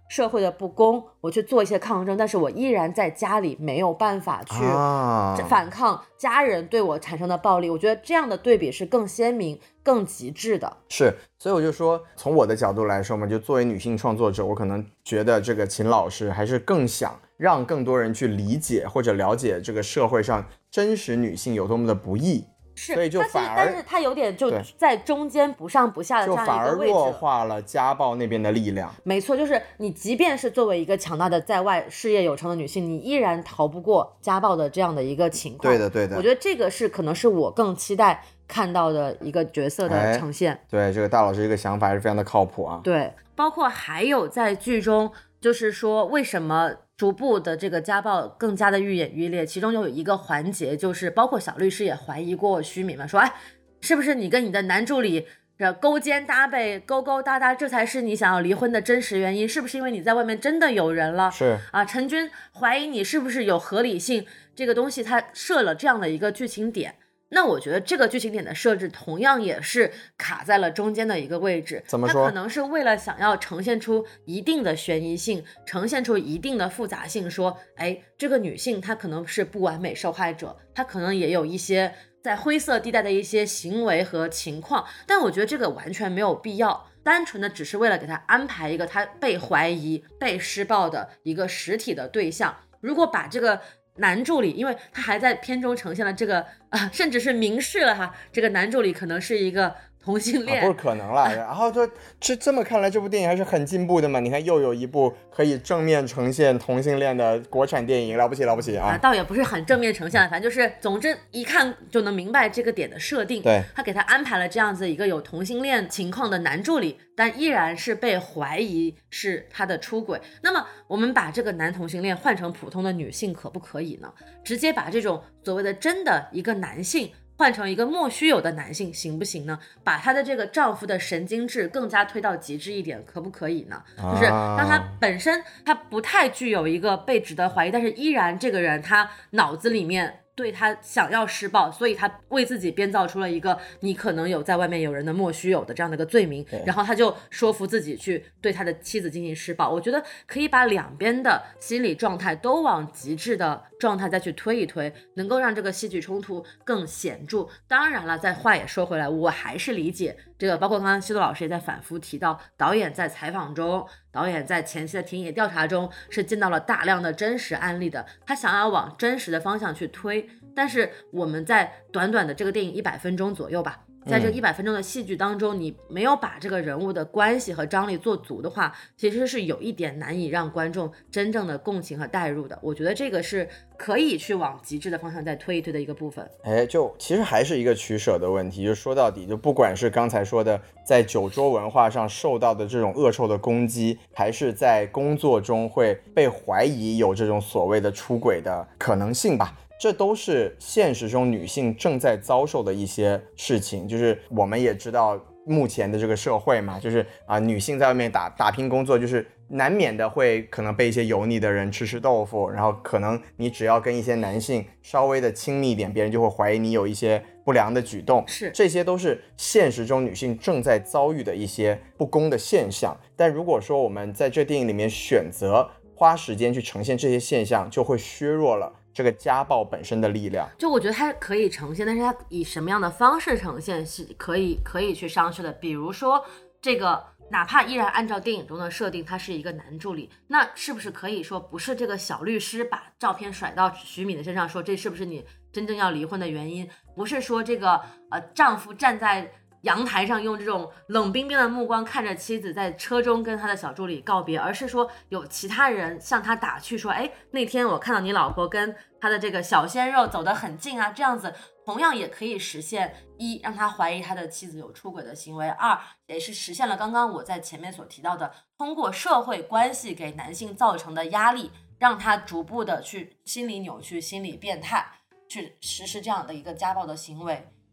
社会的不公，我去做一些抗争，但是我依然在家里没有办法去反抗家人对我产生的暴力，我觉得这样的对比是更鲜明更极致的。 是，所以我就说从我的角度来说嘛，就作为女性创作者，我可能觉得这个秦老师还是更想让更多人去理解或者了解这个社会上真实女性有多么的不易， 是， 所以就反而但是他有点就在中间不上不下的这样一个位置， 就反而弱化了家暴那边的力量。 没错，就是你即便是作为一个强大的在外事业有成的女性，你依然逃不过家暴的这样的一个情况。 对的对的， 我觉得这个是可能是我更期待看到的一个角色的呈现。 对，这个大老师这个想法还是非常的靠谱啊。 对，包括还有在剧中就是说为什么逐步的这个家暴更加的愈演愈烈，其中有一个环节就是包括小律师也怀疑过徐敏嘛，说是不是你跟你的男助理勾肩搭背勾勾搭搭，这才是你想要离婚的真实原因，是不是因为你在外面真的有人了？ 是啊，陈军怀疑你是不是有合理性，这个东西他设了这样的一个剧情点。那我觉得这个剧情点的设置同样也是卡在了中间的一个位置。 怎么说？ 它可能是为了想要呈现出一定的悬疑性，呈现出一定的复杂性，说这个女性她可能是不完美受害者，她可能也有一些在灰色地带的一些行为和情况，但我觉得这个完全没有必要，单纯的只是为了给她安排一个她被怀疑被施暴的一个实体的对象。如果把这个男助理，因为他还在片中呈现了这个甚至是明示了这个男助理可能是一个同性恋， 不是可能了。然后就这么看来，这部电影还是很进步的嘛。你看，又有一部可以正面呈现同性恋的国产电影，了不起了不起啊！ 倒也不是很正面呈现，反正就是总之一看就能明白这个点的设定。 对， 他给他安排了这样子一个有同性恋情况的男助理，但依然是被怀疑是他的出轨。那么我们把这个男同性恋换成普通的女性可不可以呢？直接把这种所谓的真的一个男性换成一个莫须有的男性行不行呢？把她的这个丈夫的神经质更加推到极致一点，可不可以呢？就是让他本身他不太具有一个被值得怀疑，但是依然这个人他脑子里面对他想要施暴，所以他为自己编造出了一个你可能有在外面有人的莫须有的这样的一个罪名，然后他就说服自己去对他的妻子进行施暴。我觉得可以把两边的心理状态都往极致的状态再去推一推，能够让这个戏剧冲突更显著。当然了，再话也说回来，我还是理解这个，包括刚刚西多老师也在反复提到，导演在采访中，导演在前期的田野调查中是见到了大量的真实案例的，他想要往真实的方向去推。但是我们在短短的这个电影100分钟左右吧，在这100分钟的戏剧当中，你没有把这个人物的关系和张力做足的话，其实是有一点难以让观众真正的共情和代入的。我觉得这个是可以去往极致的方向再推一推的一个部分。 就其实还是一个取舍的问题，就说到底，就不管是刚才说的在酒桌文化上受到的这种恶臭的攻击，还是在工作中会被怀疑有这种所谓的出轨的可能性吧，这都是现实中女性正在遭受的一些事情。就是我们也知道目前的这个社会嘛，就是女性在外面打拼工作，就是难免的会可能被一些油腻的人吃豆腐，然后可能你只要跟一些男性稍微的亲密一点，别人就会怀疑你有一些不良的举动，这些都是现实中女性正在遭遇的一些不公的现象。但如果说我们在这电影里面选择花时间去呈现这些现象，就会削弱了这个家暴本身的力量。 就我觉得它可以呈现，但是它以什么样的方式呈现是可以去商榷的。比如说这个哪怕依然按照电影中的设定他是一个男助理，那是不是可以说不是这个小律师把照片甩到徐敏的身上说这是不是你真正要离婚的原因，不是说这个丈夫站在阳台上用这种冷冰冰的目光看着妻子在车中跟他的小助理告别，而是说有其他人向他打趣说那天我看到你老婆跟他的这个小鲜肉走得很近啊，这样子同样也可以实现一让他怀疑他的妻子有出轨的行为，二也是实现了刚刚我在前面所提到的通过社会关系给男性造成的压力，让他逐步的去心理扭曲心理变态，去实施这样的一个家暴的行为。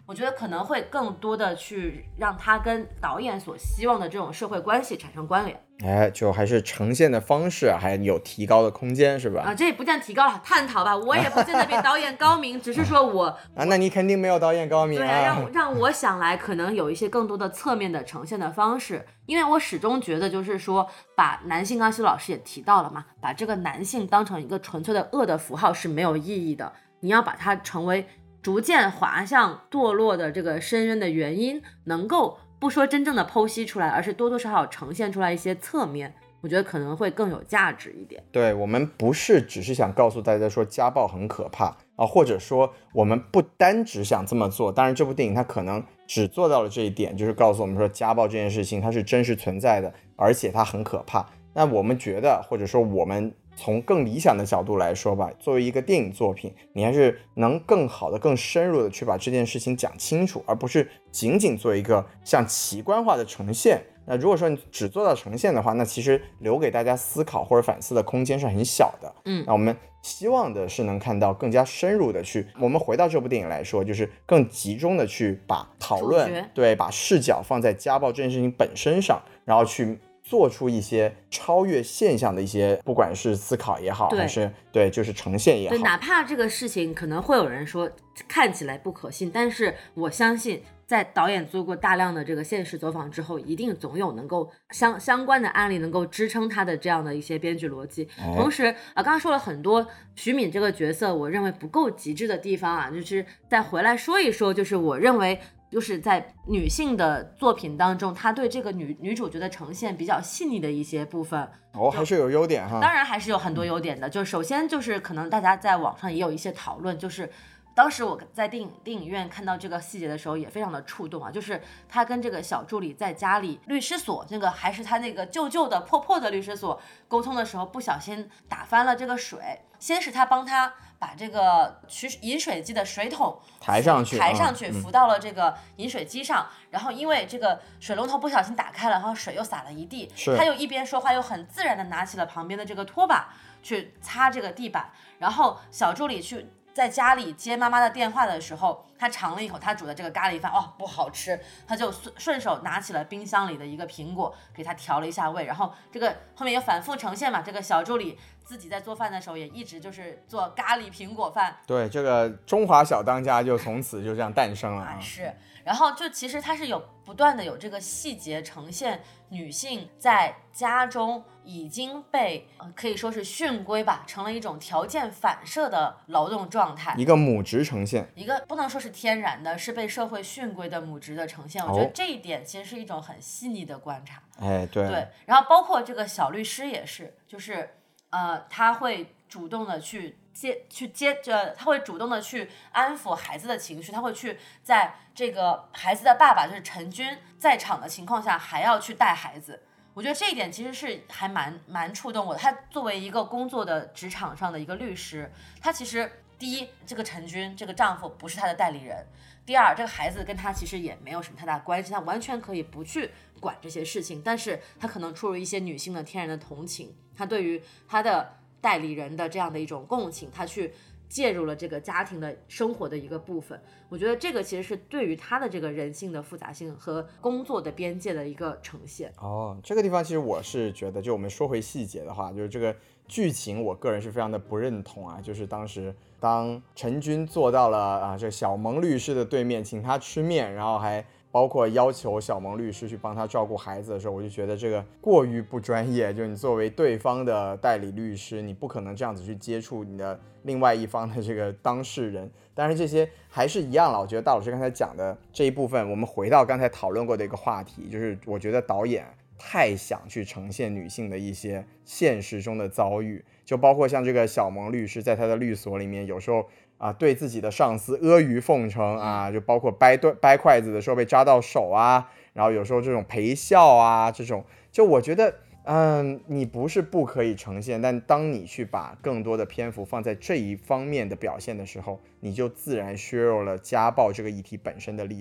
我觉得可能会更多的去让他跟导演所希望的这种社会关系产生关联。 就还是呈现的方式还有提高的空间，是吧？ 这也不见提高了，探讨吧。我也不见得比导演高明，只是说我那你肯定没有导演高明啊。 对啊，让我想来，可能有一些更多的侧面的呈现的方式。因为我始终觉得，就是说，把男性，刚刚修老师也提到了嘛，把这个男性当成一个纯粹的恶的符号是没有意义的。你要把它成为逐渐滑向堕落的这个深渊的原因，能够不说真正的剖析出来，而是多多少少呈现出来一些侧面，我觉得可能会更有价值一点。 对，我们不是只是想告诉大家说家暴很可怕啊，或者说我们不单只想这么做，当然这部电影它可能只做到了这一点，就是告诉我们说家暴这件事情它是真实存在的，而且它很可怕。那我们觉得，或者说我们从更理想的角度来说吧，作为一个电影作品，你还是能更好的、更深入的去把这件事情讲清楚，而不是仅仅做一个像奇观化的呈现。那如果说你只做到呈现的话，那其实留给大家思考或者反思的空间是很小的。那我们希望的是能看到更加深入的去，我们回到这部电影来说，就是更集中的去把讨论，对，把视角放在家暴这件事情本身上，然后去做出一些超越现象的一些，不管是思考也好，还是对，就是呈现也好。 对，哪怕这个事情可能会有人说看起来不可信，但是我相信在导演做过大量的这个现实走访之后，一定总有能够相关的案例能够支撑他的这样的一些编剧逻辑。同时刚刚说了很多徐敏这个角色我认为不够极致的地方啊，就是再回来说一说，就是我认为就是在女性的作品当中，她对这个女主角的呈现比较细腻的一些部分， 还是有优点哈。 当然还是有很多优点的。就首先就是可能大家在网上也有一些讨论，就是当时我在电影院看到这个细节的时候也非常的触动啊，就是他跟这个小助理在家里律师所，那个还是他那个旧的破的律师所沟通的时候，不小心打翻了这个水。先是他帮他把这个饮水机的水桶抬上去扶到了这个饮水机上，然后因为这个水龙头不小心打开了，然后水又洒了一地，他又一边说话又很自然的拿起了旁边的这个拖把去擦这个地板。然后小助理去在家里接妈妈的电话的时候，他尝了一口他煮的这个咖喱饭，不好吃，他就顺手拿起了冰箱里的一个苹果给他调了一下味。然后这个后面也反复呈现嘛，这个小助理自己在做饭的时候也一直就是做咖喱苹果饭。 对，这个中华小当家就从此就这样诞生了是，然后就其实它是有不断的有这个细节呈现女性在家中已经被可以说是训归吧，成了一种条件反射的劳动状态，一个母职呈现， 一个不能说是天然的，是被社会训归的母职的呈现。我觉得这一点其实是一种很细腻的观察。对，然后包括这个小律师也是，就是他会主动的去接着，他会主动的去安抚孩子的情绪，他会去在这个孩子的爸爸就是陈军在场的情况下还要去带孩子。我觉得这一点其实是还蛮触动我的。他作为一个工作的职场上的一个律师，他其实第一，这个陈军这个丈夫不是他的代理人；第二，这个孩子跟他其实也没有什么太大关系，他完全可以不去管这些事情，但是他可能出于一些女性的天然的同情，他对于他的代理人的这样的一种共情，他去介入了这个家庭的生活的一个部分。我觉得这个其实是对于他的这个人性的复杂性和工作的边界的一个呈现。 这个地方其实我是觉得，就我们说回细节的话，就是这个剧情我个人是非常的不认同啊。就是当时当陈军坐到了这小蒙律师的对面请他吃面，然后还包括要求小蒙律师去帮他照顾孩子的时候，我就觉得这个过于不专业。就你作为对方的代理律师，你不可能这样子去接触你的另外一方的这个当事人。但是这些还是一样了，我觉得大老师刚才讲的这一部分，我们回到刚才讨论过的一个话题，就是我觉得导演太想去呈现女性的一些现实中的遭遇，就包括像这个小蒙律师在他的律所里面，有时候对自己的上司阿谀奉承就包括掰筷子的时候被扎到手然后有时候这种陪笑这种，就我觉得你不是不可以呈现，但当你去把更多的篇幅放在这一方面的表现的时候，你就自然削弱了家暴这个议题本身的力量。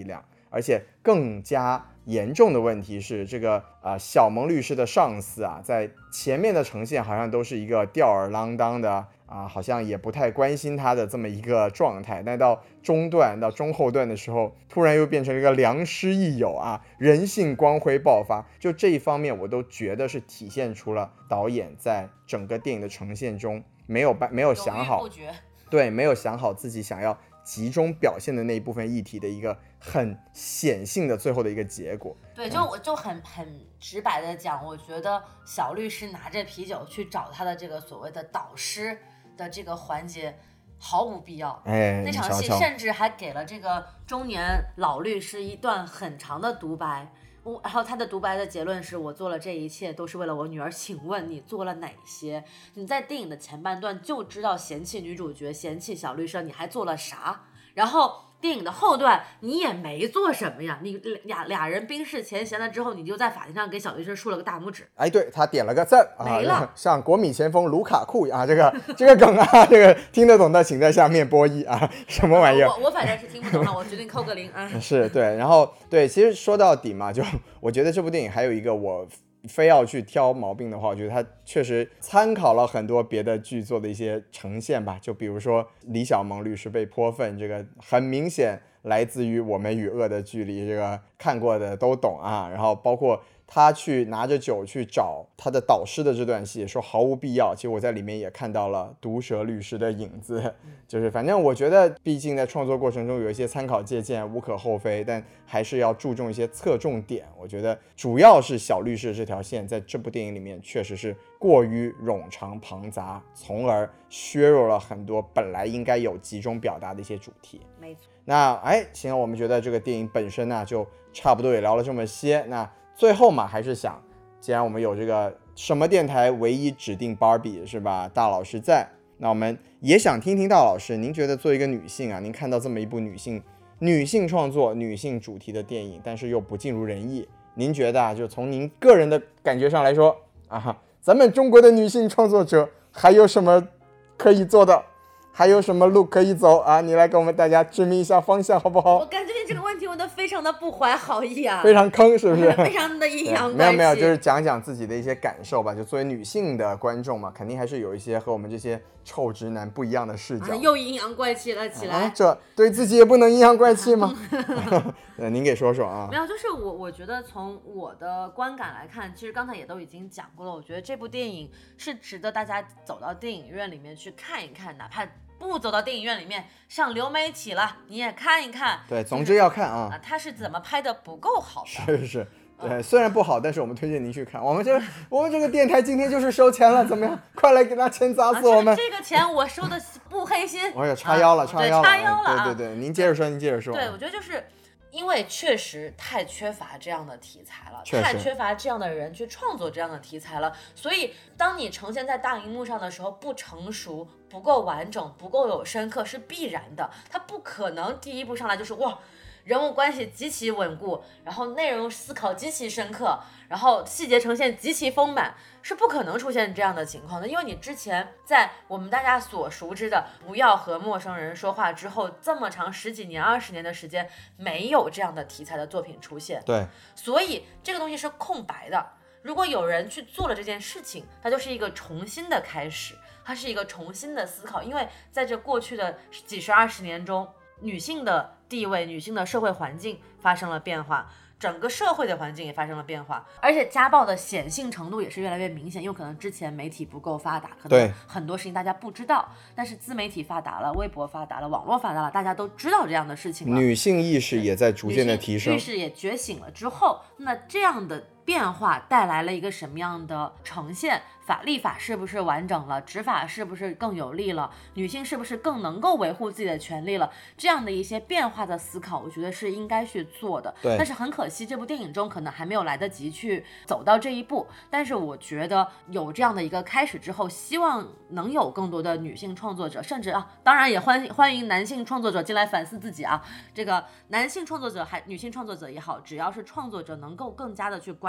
而且更加严重的问题是，这个小蒙律师的上司啊，在前面的呈现好像都是一个吊儿郎当的好像也不太关心他的这么一个状态，但到中段到中后段的时候，突然又变成了一个良师益友人性光辉爆发。就这一方面，我都觉得是体现出了导演在整个电影的呈现中没有想好，对，没有想好自己想要集中表现的那一部分议题的一个很显性的最后的一个结果。 对，我就很直白的讲，我觉得小律师拿着啤酒去找他的这个所谓的导师的这个环节毫无必要。那场戏甚至还给了这个中年老律师一段很长的独白，然后他的独白的结论是：我做了这一切都是为了我女儿，请问你做了哪些？你在电影的前半段就知道嫌弃女主角，嫌弃小律师，你还做了啥？然后电影的后段你也没做什么呀，你俩人冰释前嫌了之后，你就在法庭上给小律师竖了个大拇指。 对，他点了个赞没了， 像国米前锋卢卡库这个梗这个听得懂的请在下面拨一什么玩意儿？ 我反正是听不懂了，我决定扣个0 是对，然后对，其实说到底嘛，就我觉得这部电影还有一个我非要去挑毛病的话，我觉得它确实参考了很多别的剧作的一些呈现吧。就比如说李小萌律师被泼粪，这个很明显来自于《我们与恶的距离》，这个看过的都懂然后包括他去拿着酒去找他的导师的这段戏，说毫无必要，其实我在里面也看到了毒舌律师的影子。就是反正我觉得毕竟在创作过程中有一些参考借鉴无可厚非，但还是要注重一些侧重点。我觉得主要是小律师这条线在这部电影里面确实是过于冗长庞杂，从而削弱了很多本来应该有集中表达的一些主题。 没错。 那行，我们觉得这个电影本身呢就差不多也聊了这么些，那最后嘛，还是想，既然我们有这个什么电台唯一指定 Barbie 是吧，大老师在，那我们也想听听大老师，您觉得作为一个女性您看到这么一部女性创作、女性主题的电影，但是又不尽如人意，您觉得就从您个人的感觉上来说咱们中国的女性创作者还有什么可以做的？还有什么路可以走你来给我们大家指明一下方向好不好？ 我感觉你这个问题问得非常的不怀好意非常坑是不是？ 非常的阴阳怪气。 没有，就是讲讲自己的一些感受吧。就作为女性的观众嘛，肯定还是有一些和我们这些臭直男不一样的视角。 又阴阳怪气了起来。 这对自己也不能阴阳怪气吗？您给说说没有，就是我觉得从我的观感来看，其实刚才也都已经讲过了。我觉得这部电影是值得大家走到电影院里面去看一看，哪怕不走到电影院里面上流媒体了，你也看一看。 对，总之要看他是怎么拍的不够好的。是。对，虽然不好，但是我们推荐您去看。我们这个电台今天就是收钱了，怎么样？快来给拿钱砸死我们！ 这个钱我收的不黑心。 插腰了， 插腰了。 对，您接着说。 对，我觉得就是因为确实太缺乏这样的题材了，太缺乏这样的人去创作这样的题材了，所以当你呈现在大荧幕上的时候，不成熟、不够完整、不够有深刻是必然的。它不可能第一步上来就是哇，人物关系极其稳固，然后内容思考极其深刻，然后细节呈现极其丰满，是不可能出现这样的情况的。因为你之前在我们大家所熟知的不要和陌生人说话之后，这么长10几年、20年的时间，没有这样的题材的作品出现。 对， 所以这个东西是空白的。如果有人去做了这件事情，它就是一个重新的开始，它是一个重新的思考。因为在这过去的几十20年中，女性的地位、女性的社会环境发生了变化，整个社会的环境也发生了变化，而且家暴的显性程度也是越来越明显。有可能之前媒体不够发达，可能很多事情大家不知道，但是自媒体发达了，微博发达了，网络发达了，大家都知道这样的事情了， 女性意识也在逐渐的提升， 女性意识也觉醒了之后，那这样的变化带来了一个什么样的呈现？立法是不是完整了？执法是不是更有力了？女性是不是更能够维护自己的权利了？这样的一些变化的思考，我觉得是应该去做的。但是很可惜，这部电影中可能还没有来得及去走到这一步。但是我觉得有这样的一个开始之后，希望能有更多的女性创作者，甚至当然也欢迎男性创作者进来反思自己这个男性创作者女性创作者也好，只要是创作者能够更加的去关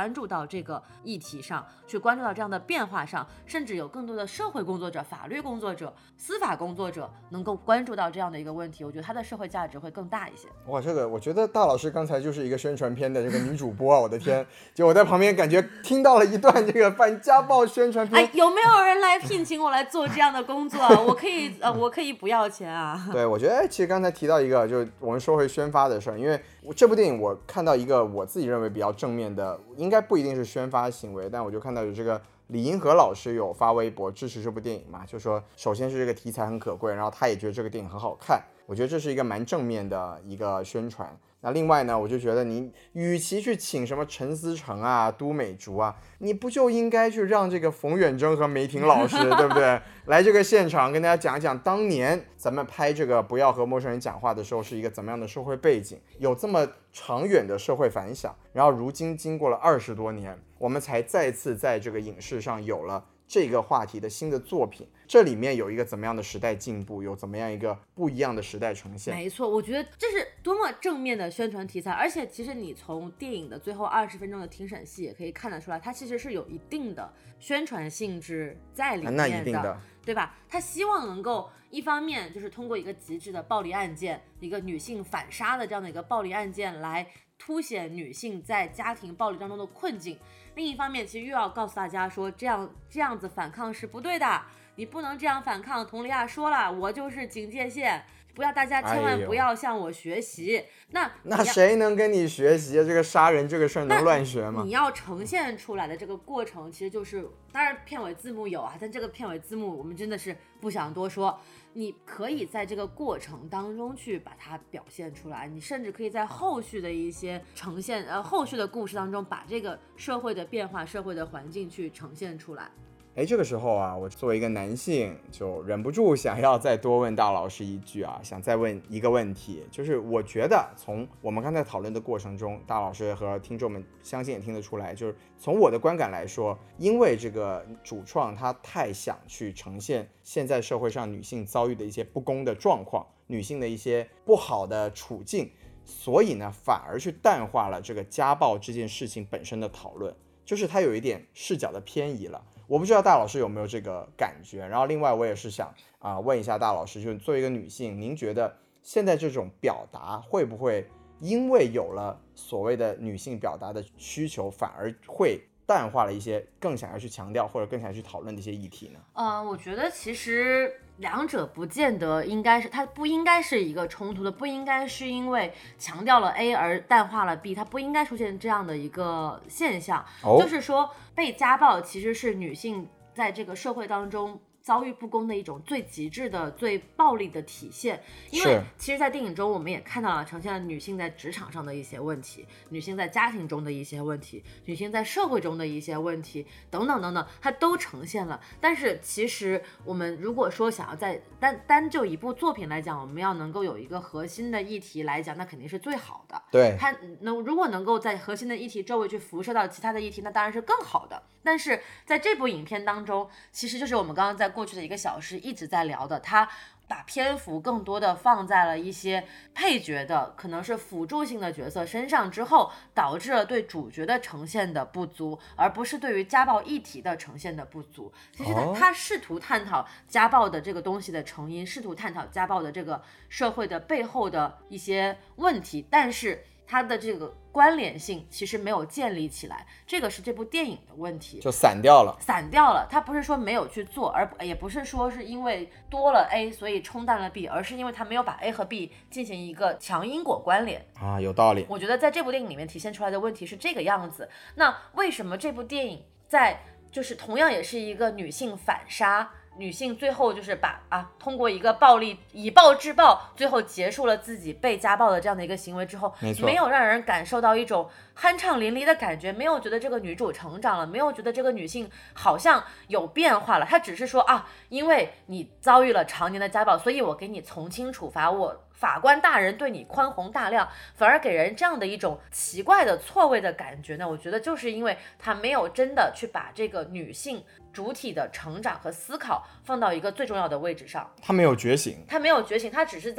关注到这个议题上，去关注到这样的变化上，甚至有更多的社会工作者、法律工作者、司法工作者能够关注到这样的一个问题，我觉得它的社会价值会更大一些。 哇，这个我觉得大老师刚才就是一个宣传片的这个女主播啊，我的天，就我在旁边感觉听到了一段这个反家暴宣传片。 有没有人来聘请我来做这样的工作？我可以不要钱啊。 对，我觉得其实刚才提到一个，就我们说回宣发的事儿，因为这部电影我看到一个我自己认为比较正面的，应该不一定是宣发行为，但我就看到有这个李银河老师有发微博支持这部电影嘛，就说首先是这个题材很可贵，然后他也觉得这个电影很好看，我觉得这是一个蛮正面的一个宣传。那另外呢，我就觉得你与其去请什么陈思诚啊、都美竹啊，你不就应该去让这个冯远征和梅婷老师，对不对？来这个现场跟大家讲一讲，当年咱们拍这个不要和陌生人讲话的时候是一个怎么样的社会背景，有这么长远的社会反响。然后如今经过了20多年，我们才再次在这个影视上有了这个话题的新的作品，这里面有一个怎么样的时代进步，有怎么样一个不一样的时代呈现。 没错，我觉得这是多么正面的宣传题材，而且其实你从电影的最后20分钟的庭审戏也可以看得出来，它其实是有一定的宣传性质在里面的， 那一定的， 对吧？他希望能够一方面就是通过一个极致的暴力案件，一个女性反杀的这样的一个暴力案件来凸显女性在家庭暴力当中的困境，另一方面其实又要告诉大家说这样子反抗是不对的，你不能这样反抗。佟丽娅说了，我就是警戒线，不要大家千万不要向我学习。那谁能跟你学习？这个杀人这个事儿能乱学吗？ 你要呈现出来的这个过程其实就是，当然片尾字幕有啊，但这个片尾字幕我们真的是不想多说，你可以在这个过程当中去把它表现出来，你甚至可以在后续的一些呈现后续的故事当中把这个社会的变化、社会的环境去呈现出来。 这个时候啊，我作为一个男性就忍不住想要再多问大老师一句啊，想再问一个问题，就是我觉得从我们刚才讨论的过程中，大老师和听众们相信也听得出来，就是从我的观感来说，因为这个主创他太想去呈现现在社会上女性遭遇的一些不公的状况，女性的一些不好的处境，所以呢反而去淡化了这个家暴这件事情本身的讨论，就是他有一点视角的偏移了。我不知道大老师有没有这个感觉，然后另外我也是想问一下大老师，就是作为一个女性，您觉得现在这种表达会不会因为有了所谓的女性表达的需求，反而会淡化了一些更想要去强调或者更想要去讨论的一些议题呢？ 我觉得其实两者不见得应该是，它不应该是一个冲突的，不应该是因为强调了 A 而淡化了 B， 它不应该出现这样的一个现象。就是说被家暴其实是女性在这个社会当中遭遇不公的一种最极致的、最暴力的体现。因为其实在电影中我们也看到了呈现了女性在职场上的一些问题，女性在家庭中的一些问题，女性在社会中的一些问题等等等等，它都呈现了。但是其实我们如果说想要在单就一部作品来讲，我们要能够有一个核心的议题来讲，那肯定是最好的。 对， 它如果能够在核心的议题周围去辐射到其他的议题，那当然是更好的。但是在这部影片当中，其实就是我们刚刚在过去的1个小时一直在聊的，它把篇幅更多的放在了一些配角的可能是辅助性的角色身上之后，导致了对主角的呈现的不足，而不是对于家暴议题的呈现的不足。其实他试图探讨家暴的这个东西的成因，试图探讨家暴的这个社会的背后的一些问题，但是它的这个关联性其实没有建立起来，这个是这部电影的问题， 就散掉了。 它不是说没有去做，而也不是说是因为多了 A 所以冲淡了 B， 而是因为它没有把 A 和 B 进行一个强因果关联啊，有道理。 我觉得在这部电影里面体现出来的问题是这个样子。那为什么这部电影在就是同样也是一个女性反杀，女性最后就是通过一个暴力以暴制暴，最后结束了自己被家暴的这样的一个行为之后，没有让人感受到一种酣畅淋漓的感觉，没有觉得这个女主成长了，没有觉得这个女性好像有变化了，她只是说因为你遭遇了常年的家暴，所以我给你从轻处罚，我法官大人对你宽宏大量，反而给人这样的一种奇怪的错位的感觉呢。我觉得就是因为他没有真的去把这个女性主体的成长和思考放到一个最重要的位置上， 他没有觉醒， 他只是在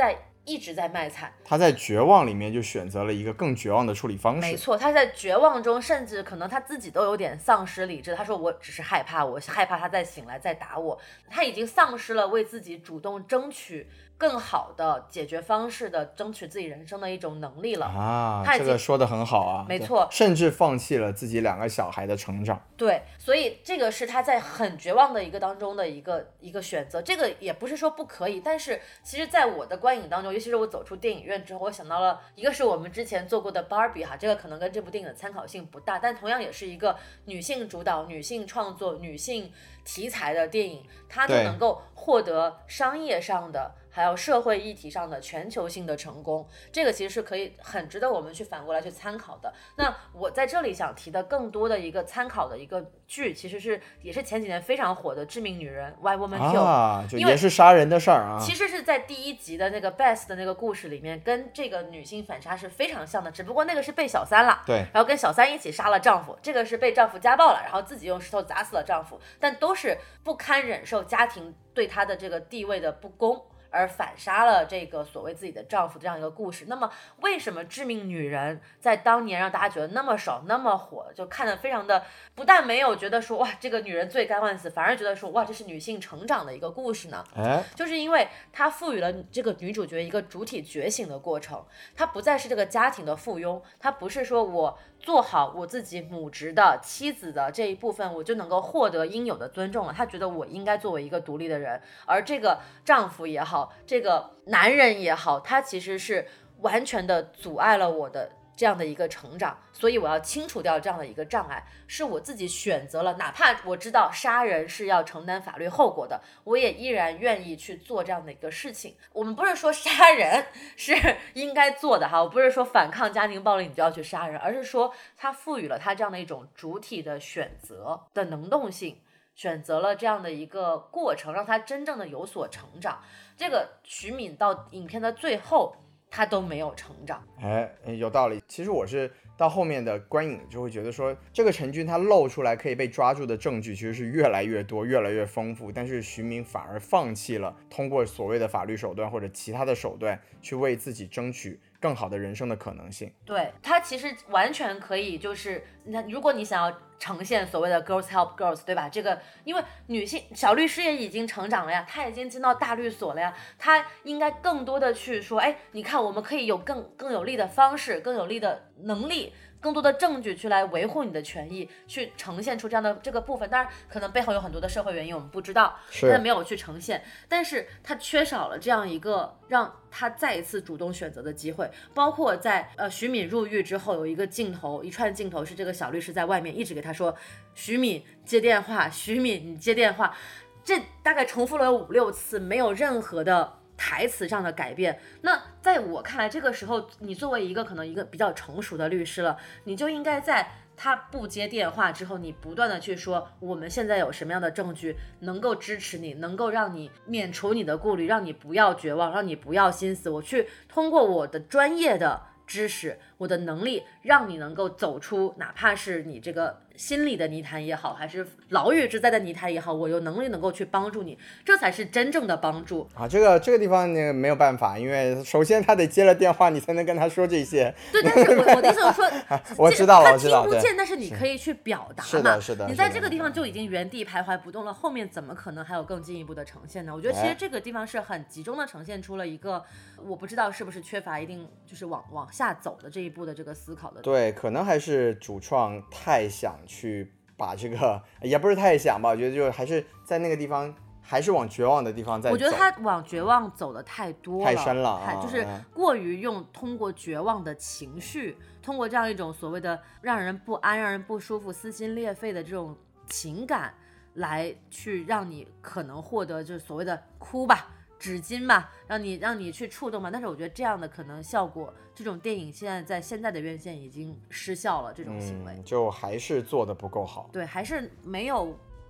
一直在卖惨。 他在绝望里面就选择了一个更绝望的处理方式。 没错，他在绝望中，甚至可能他自己都有点丧失理智。他说我只是害怕，我害怕他再醒来再打我。他已经丧失了为自己主动争取更好的解决方式的争取自己人生的一种能力了啊。这个说得很好啊。 没错， 甚至放弃了自己2个小孩的成长。 对，所以这个是他在很绝望的一个当中的一个选择。这个也不是说不可以，但是其实在我的观影当中，尤其是我走出电影院之后，我想到了一个是我们之前做过的 Barbie 哈，这个可能跟这部电影的参考性不大，但同样也是一个女性主导、女性创作、女性题材的电影，它就能够获得商业上的还有社会议题上的全球性的成功，这个其实是可以很值得我们去反过来去参考的。那我在这里想提的更多的一个参考的一个剧，其实也是前几年非常火的《致命女人》Why Women Kill 啊，就也是杀人的事儿啊。 其实是在第1集的那个 Beth 的那个故事里面，跟这个女性反杀是非常像的，只不过那个是被小三了， 对， 然后跟小三一起杀了丈夫，这个是被丈夫家暴了，然后自己用石头砸死了丈夫，但都是不堪忍受家庭对她的这个地位的不公，而反杀了这个所谓自己的丈夫这样一个故事。那么为什么《致命女人》在当年让大家觉得那么爽那么火，就看得非常的，不但没有觉得说哇这个女人罪该万死，反而觉得说哇这是女性成长的一个故事呢？就是因为它赋予了这个女主角一个主体觉醒的过程，她不再是这个家庭的附庸，她不是说我做好我自己母职的妻子的这一部分我就能够获得应有的尊重了，她觉得我应该作为一个独立的人，而这个丈夫也好，这个男人也好，他其实是完全的阻碍了我的这样的一个成长，所以我要清除掉这样的一个障碍，是我自己选择了，哪怕我知道杀人是要承担法律后果的，我也依然愿意去做这样的一个事情。我们不是说杀人是应该做的哈，我不是说反抗家庭暴力你就要去杀人，而是说他赋予了他这样的一种主体的选择的能动性，选择了这样的一个过程，让他真正的有所成长。这个徐敏到影片的最后他都没有成长。 有道理。其实我是到后面的观影就会觉得说，这个陈军他露出来可以被抓住的证据其实是越来越多越来越丰富，但是徐敏反而放弃了通过所谓的法律手段或者其他的手段去为自己争取更好的人生的可能性。 对，他其实完全可以，就是如果你想要呈现所谓的 girls help girls， 对吧？这个因为女性小律师也已经成长了呀，她已经进到大律所了呀，她应该更多的去说，哎，你看我们可以有更有力的方式，更有力的能力，更多的证据去来维护你的权益，去呈现出这样的这个部分。当然可能背后有很多的社会原因我们不知道，他没有去呈现，但是他缺少了这样一个让他再一次主动选择的机会。包括在徐敏入狱之后有一个镜头，一串镜头是这个小律师在外面一直给他说，徐敏接电话，徐敏你接电话，这大概重复了5-6次，没有任何的台词上的改变。那在我看来，这个时候你作为一个可能一个比较成熟的律师了，你就应该在他不接电话之后，你不断的去说我们现在有什么样的证据能够支持你，能够让你免除你的顾虑，让你不要绝望，让你不要心死，我去通过我的专业的知识，我的能力，让你能够走出哪怕是你这个心理的泥潭也好，还是牢狱之灾的泥潭也好，我有能力能够去帮助你，这才是真正的帮助啊。这个地方没有办法，因为首先他得接了电话，你才能跟他说这些。 对，但是我的意思是说我知道了， 他听不见，但是你可以去表达嘛。 是的， 你在这个地方就已经原地徘徊不动了，后面怎么可能还有更进一步的呈现呢？我觉得其实这个地方是很集中的呈现出了一个，我不知道是不是缺乏一定就是往下走的这一步的这个思考的。 对，可能还是主创太想去把这个，也不是太想吧，我觉得就还是在那个地方，还是往绝望的地方在走。 我觉得他往绝望走的太多了， 太深了就是过于通过绝望的情绪，通过这样一种所谓的让人不安、让人不舒服、撕心裂肺的这种情感，来去让你可能获得就是所谓的哭吧。纸巾嘛，让你去触动嘛，但是我觉得这样的可能效果，这种电影在现在的院线已经失效了，这种行为， 就还是做的不够好。 对，还是没有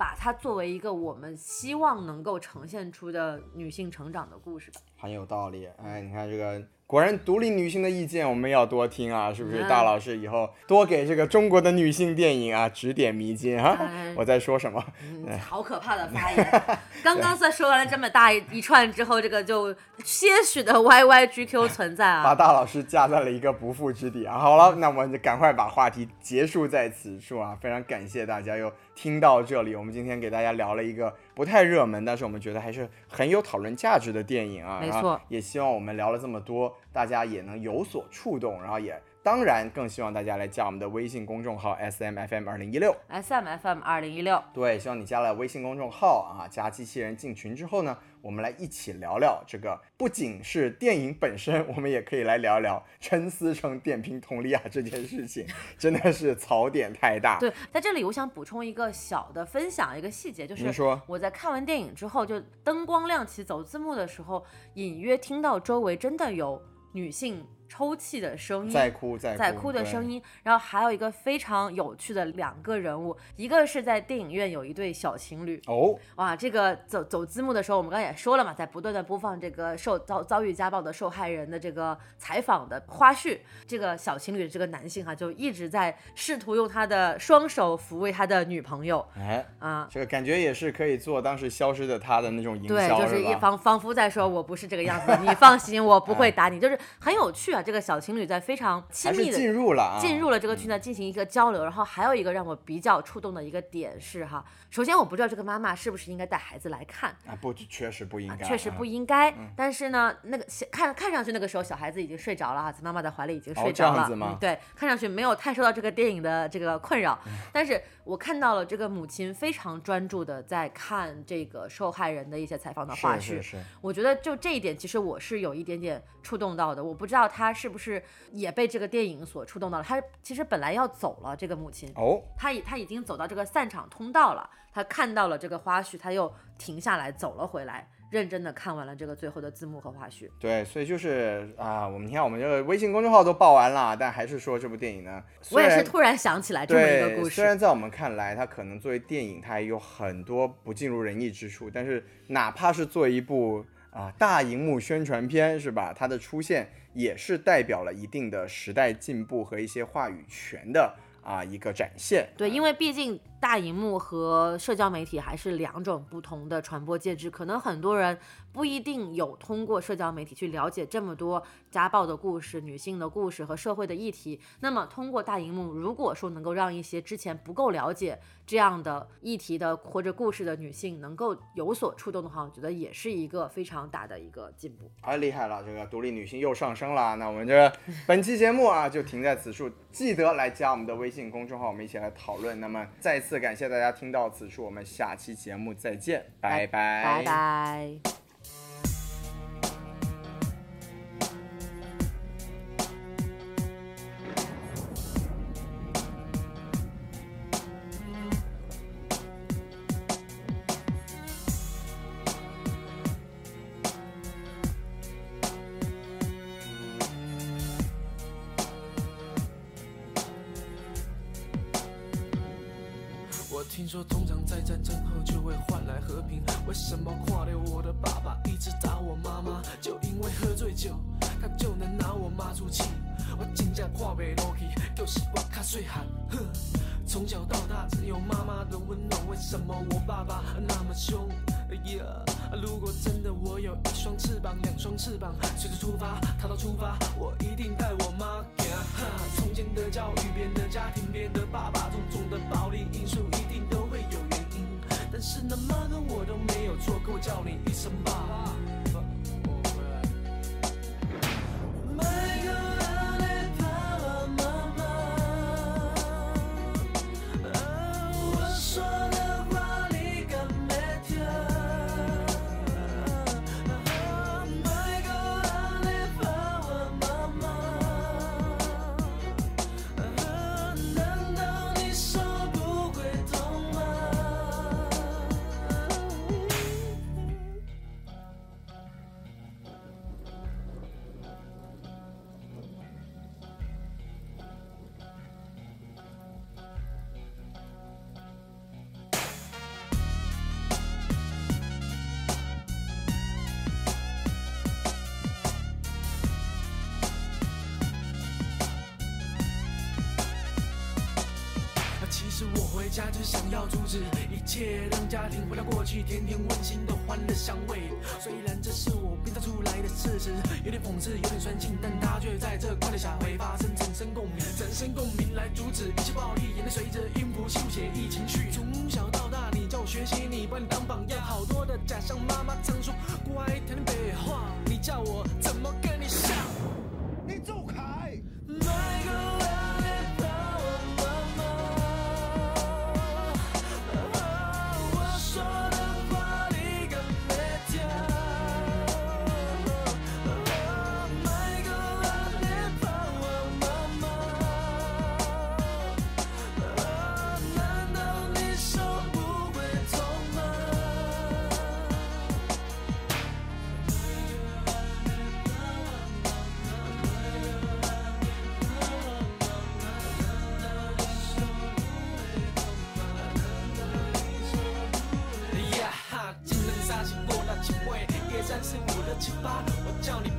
把它作为一个我们希望能够呈现出的女性成长的故事吧。 很有道理。哎，你看这个，果然独立女性的意见我们要多听啊，是不是？大老师以后多给这个中国的女性电影啊指点迷津啊。我在说什么？ 好可怕的发言！刚刚才说完了这么大一串之后，这个就些许的 YYGQ 存在啊， 把大老师架在了一个不复之地啊。好了，那我们就赶快把话题结束在此处啊！非常感谢大家又听到这里，我们今天给大家聊了一个不太热门，但是我们觉得还是很有讨论价值的电影啊。 没错， 也希望我们聊了这么多，大家也能有所触动，然后也当然更希望大家来加我们的微信公众号 SMFM2016 SMFM2016。 对，希望你加了微信公众号啊，加机器人进群之后呢，我们来一起聊聊这个，不仅是电影本身，我们也可以来聊聊陈思诚电瓶佟丽娅这件事情，真的是槽点太大。 对，在这里我想补充一个小的分享，一个细节，就是我在看完电影之后，就灯光亮起走字幕的时候，隐约听到周围真的有女性抽泣的声音， 在哭的声音。然后还有一个非常有趣的两个人物，一个是在电影院有一对小情侣哦， 哇，这个走字幕的时候，我们刚才也说了嘛，在不断的播放这个遭遇家暴的受害人的这个采访的花絮，这个小情侣的这个男性就一直在试图用他的双手抚慰他的女朋友， 这个感觉也是可以做当时消失的他的那种营销， 对，就是仿佛在说我不是这个样子，你放心，我不会打你，就是很有趣啊。这个小情侣在非常亲密的进入了这个剧呢进行一个交流。然后还有一个让我比较触动的一个点是首先我不知道这个妈妈是不是应该带孩子来看不，确实不应该， 确实不应该。但是呢，那个看上去那个时候小孩子已经睡着了在妈妈的怀里已经睡着了， 这样子吗？ 对，看上去没有太受到这个电影的这个困扰。但是我看到了这个母亲非常专注的在看这个受害人的一些采访的话絮， 是我觉得就这一点其实我是有一点点触动到的。我不知道她是不是也被这个电影所触动到了。她其实本来要走了，这个母亲她已经走到这个散场通道了，她看到了这个花絮，她又停下来走了回来，认真的看完了这个最后的字幕和花絮。 对，所以就是我们看我们这个微信公众号都报完了，但还是说这部电影呢， 我也是突然想起来这么一个故事。 虽然在我们看来它可能作为电影它也有很多不尽如人意之处，但是哪怕是作为一部大荧幕宣传片，是吧，它的出现也是代表了一定的时代进步和一些话语权的一个展现。 对，因为毕竟大荧幕和社交媒体还是两种不同的传播介质，可能很多人不一定有通过社交媒体去了解这么多家暴的故事、女性的故事和社会的议题。那么通过大荧幕，如果说能够让一些之前不够了解这样的议题的或者故事的女性能够有所触动的话，我觉得也是一个非常大的一个进步。 厉害了，这个独立女性又上升了。那我们这本期节目就停在此处，记得来加我们的微信公众号，我们一起来讨论。那么再次感谢大家听到此处，我们下期节目再见，拜拜， 拜拜。 听说通常在战争后就会换来和平，为什么看到我的爸爸一直打我妈妈？就因为喝醉酒，他就能拿我妈出气。我真正看不落去，就是我较细汉。从小到大只有妈妈的温暖，为什么我爸爸那么凶？如果真的我有一双翅膀、两双翅膀，随时出发，逃到出发，我一定带我妈行。从前的教育，别人的家庭，别人的爸爸，种种的暴力因素一定都会有原因。但是呢，妈和我都没有错，可我叫你一声爸爸。 家就是想要阻止一切，让家庭回到过去，甜甜温馨的欢乐香味。虽然这是我编造出来的事实，有点讽刺，有点酸性，但它却在这快乐下会发生产生共鸣，产生共鸣来阻止一切暴力，眼泪随着音符倾泻一情绪。从小到大，你叫我学习，你把你当榜样，好多的假象，妈妈常说乖，甜甜北话，你叫我怎么跟你像？ 你走开！ 买个亮脸盆，妈妈，我说的话你敢没听？买个亮脸盆，妈妈，难道你手不会痛吗？竟然杀醒过那警卫，夜345的7-8，我叫你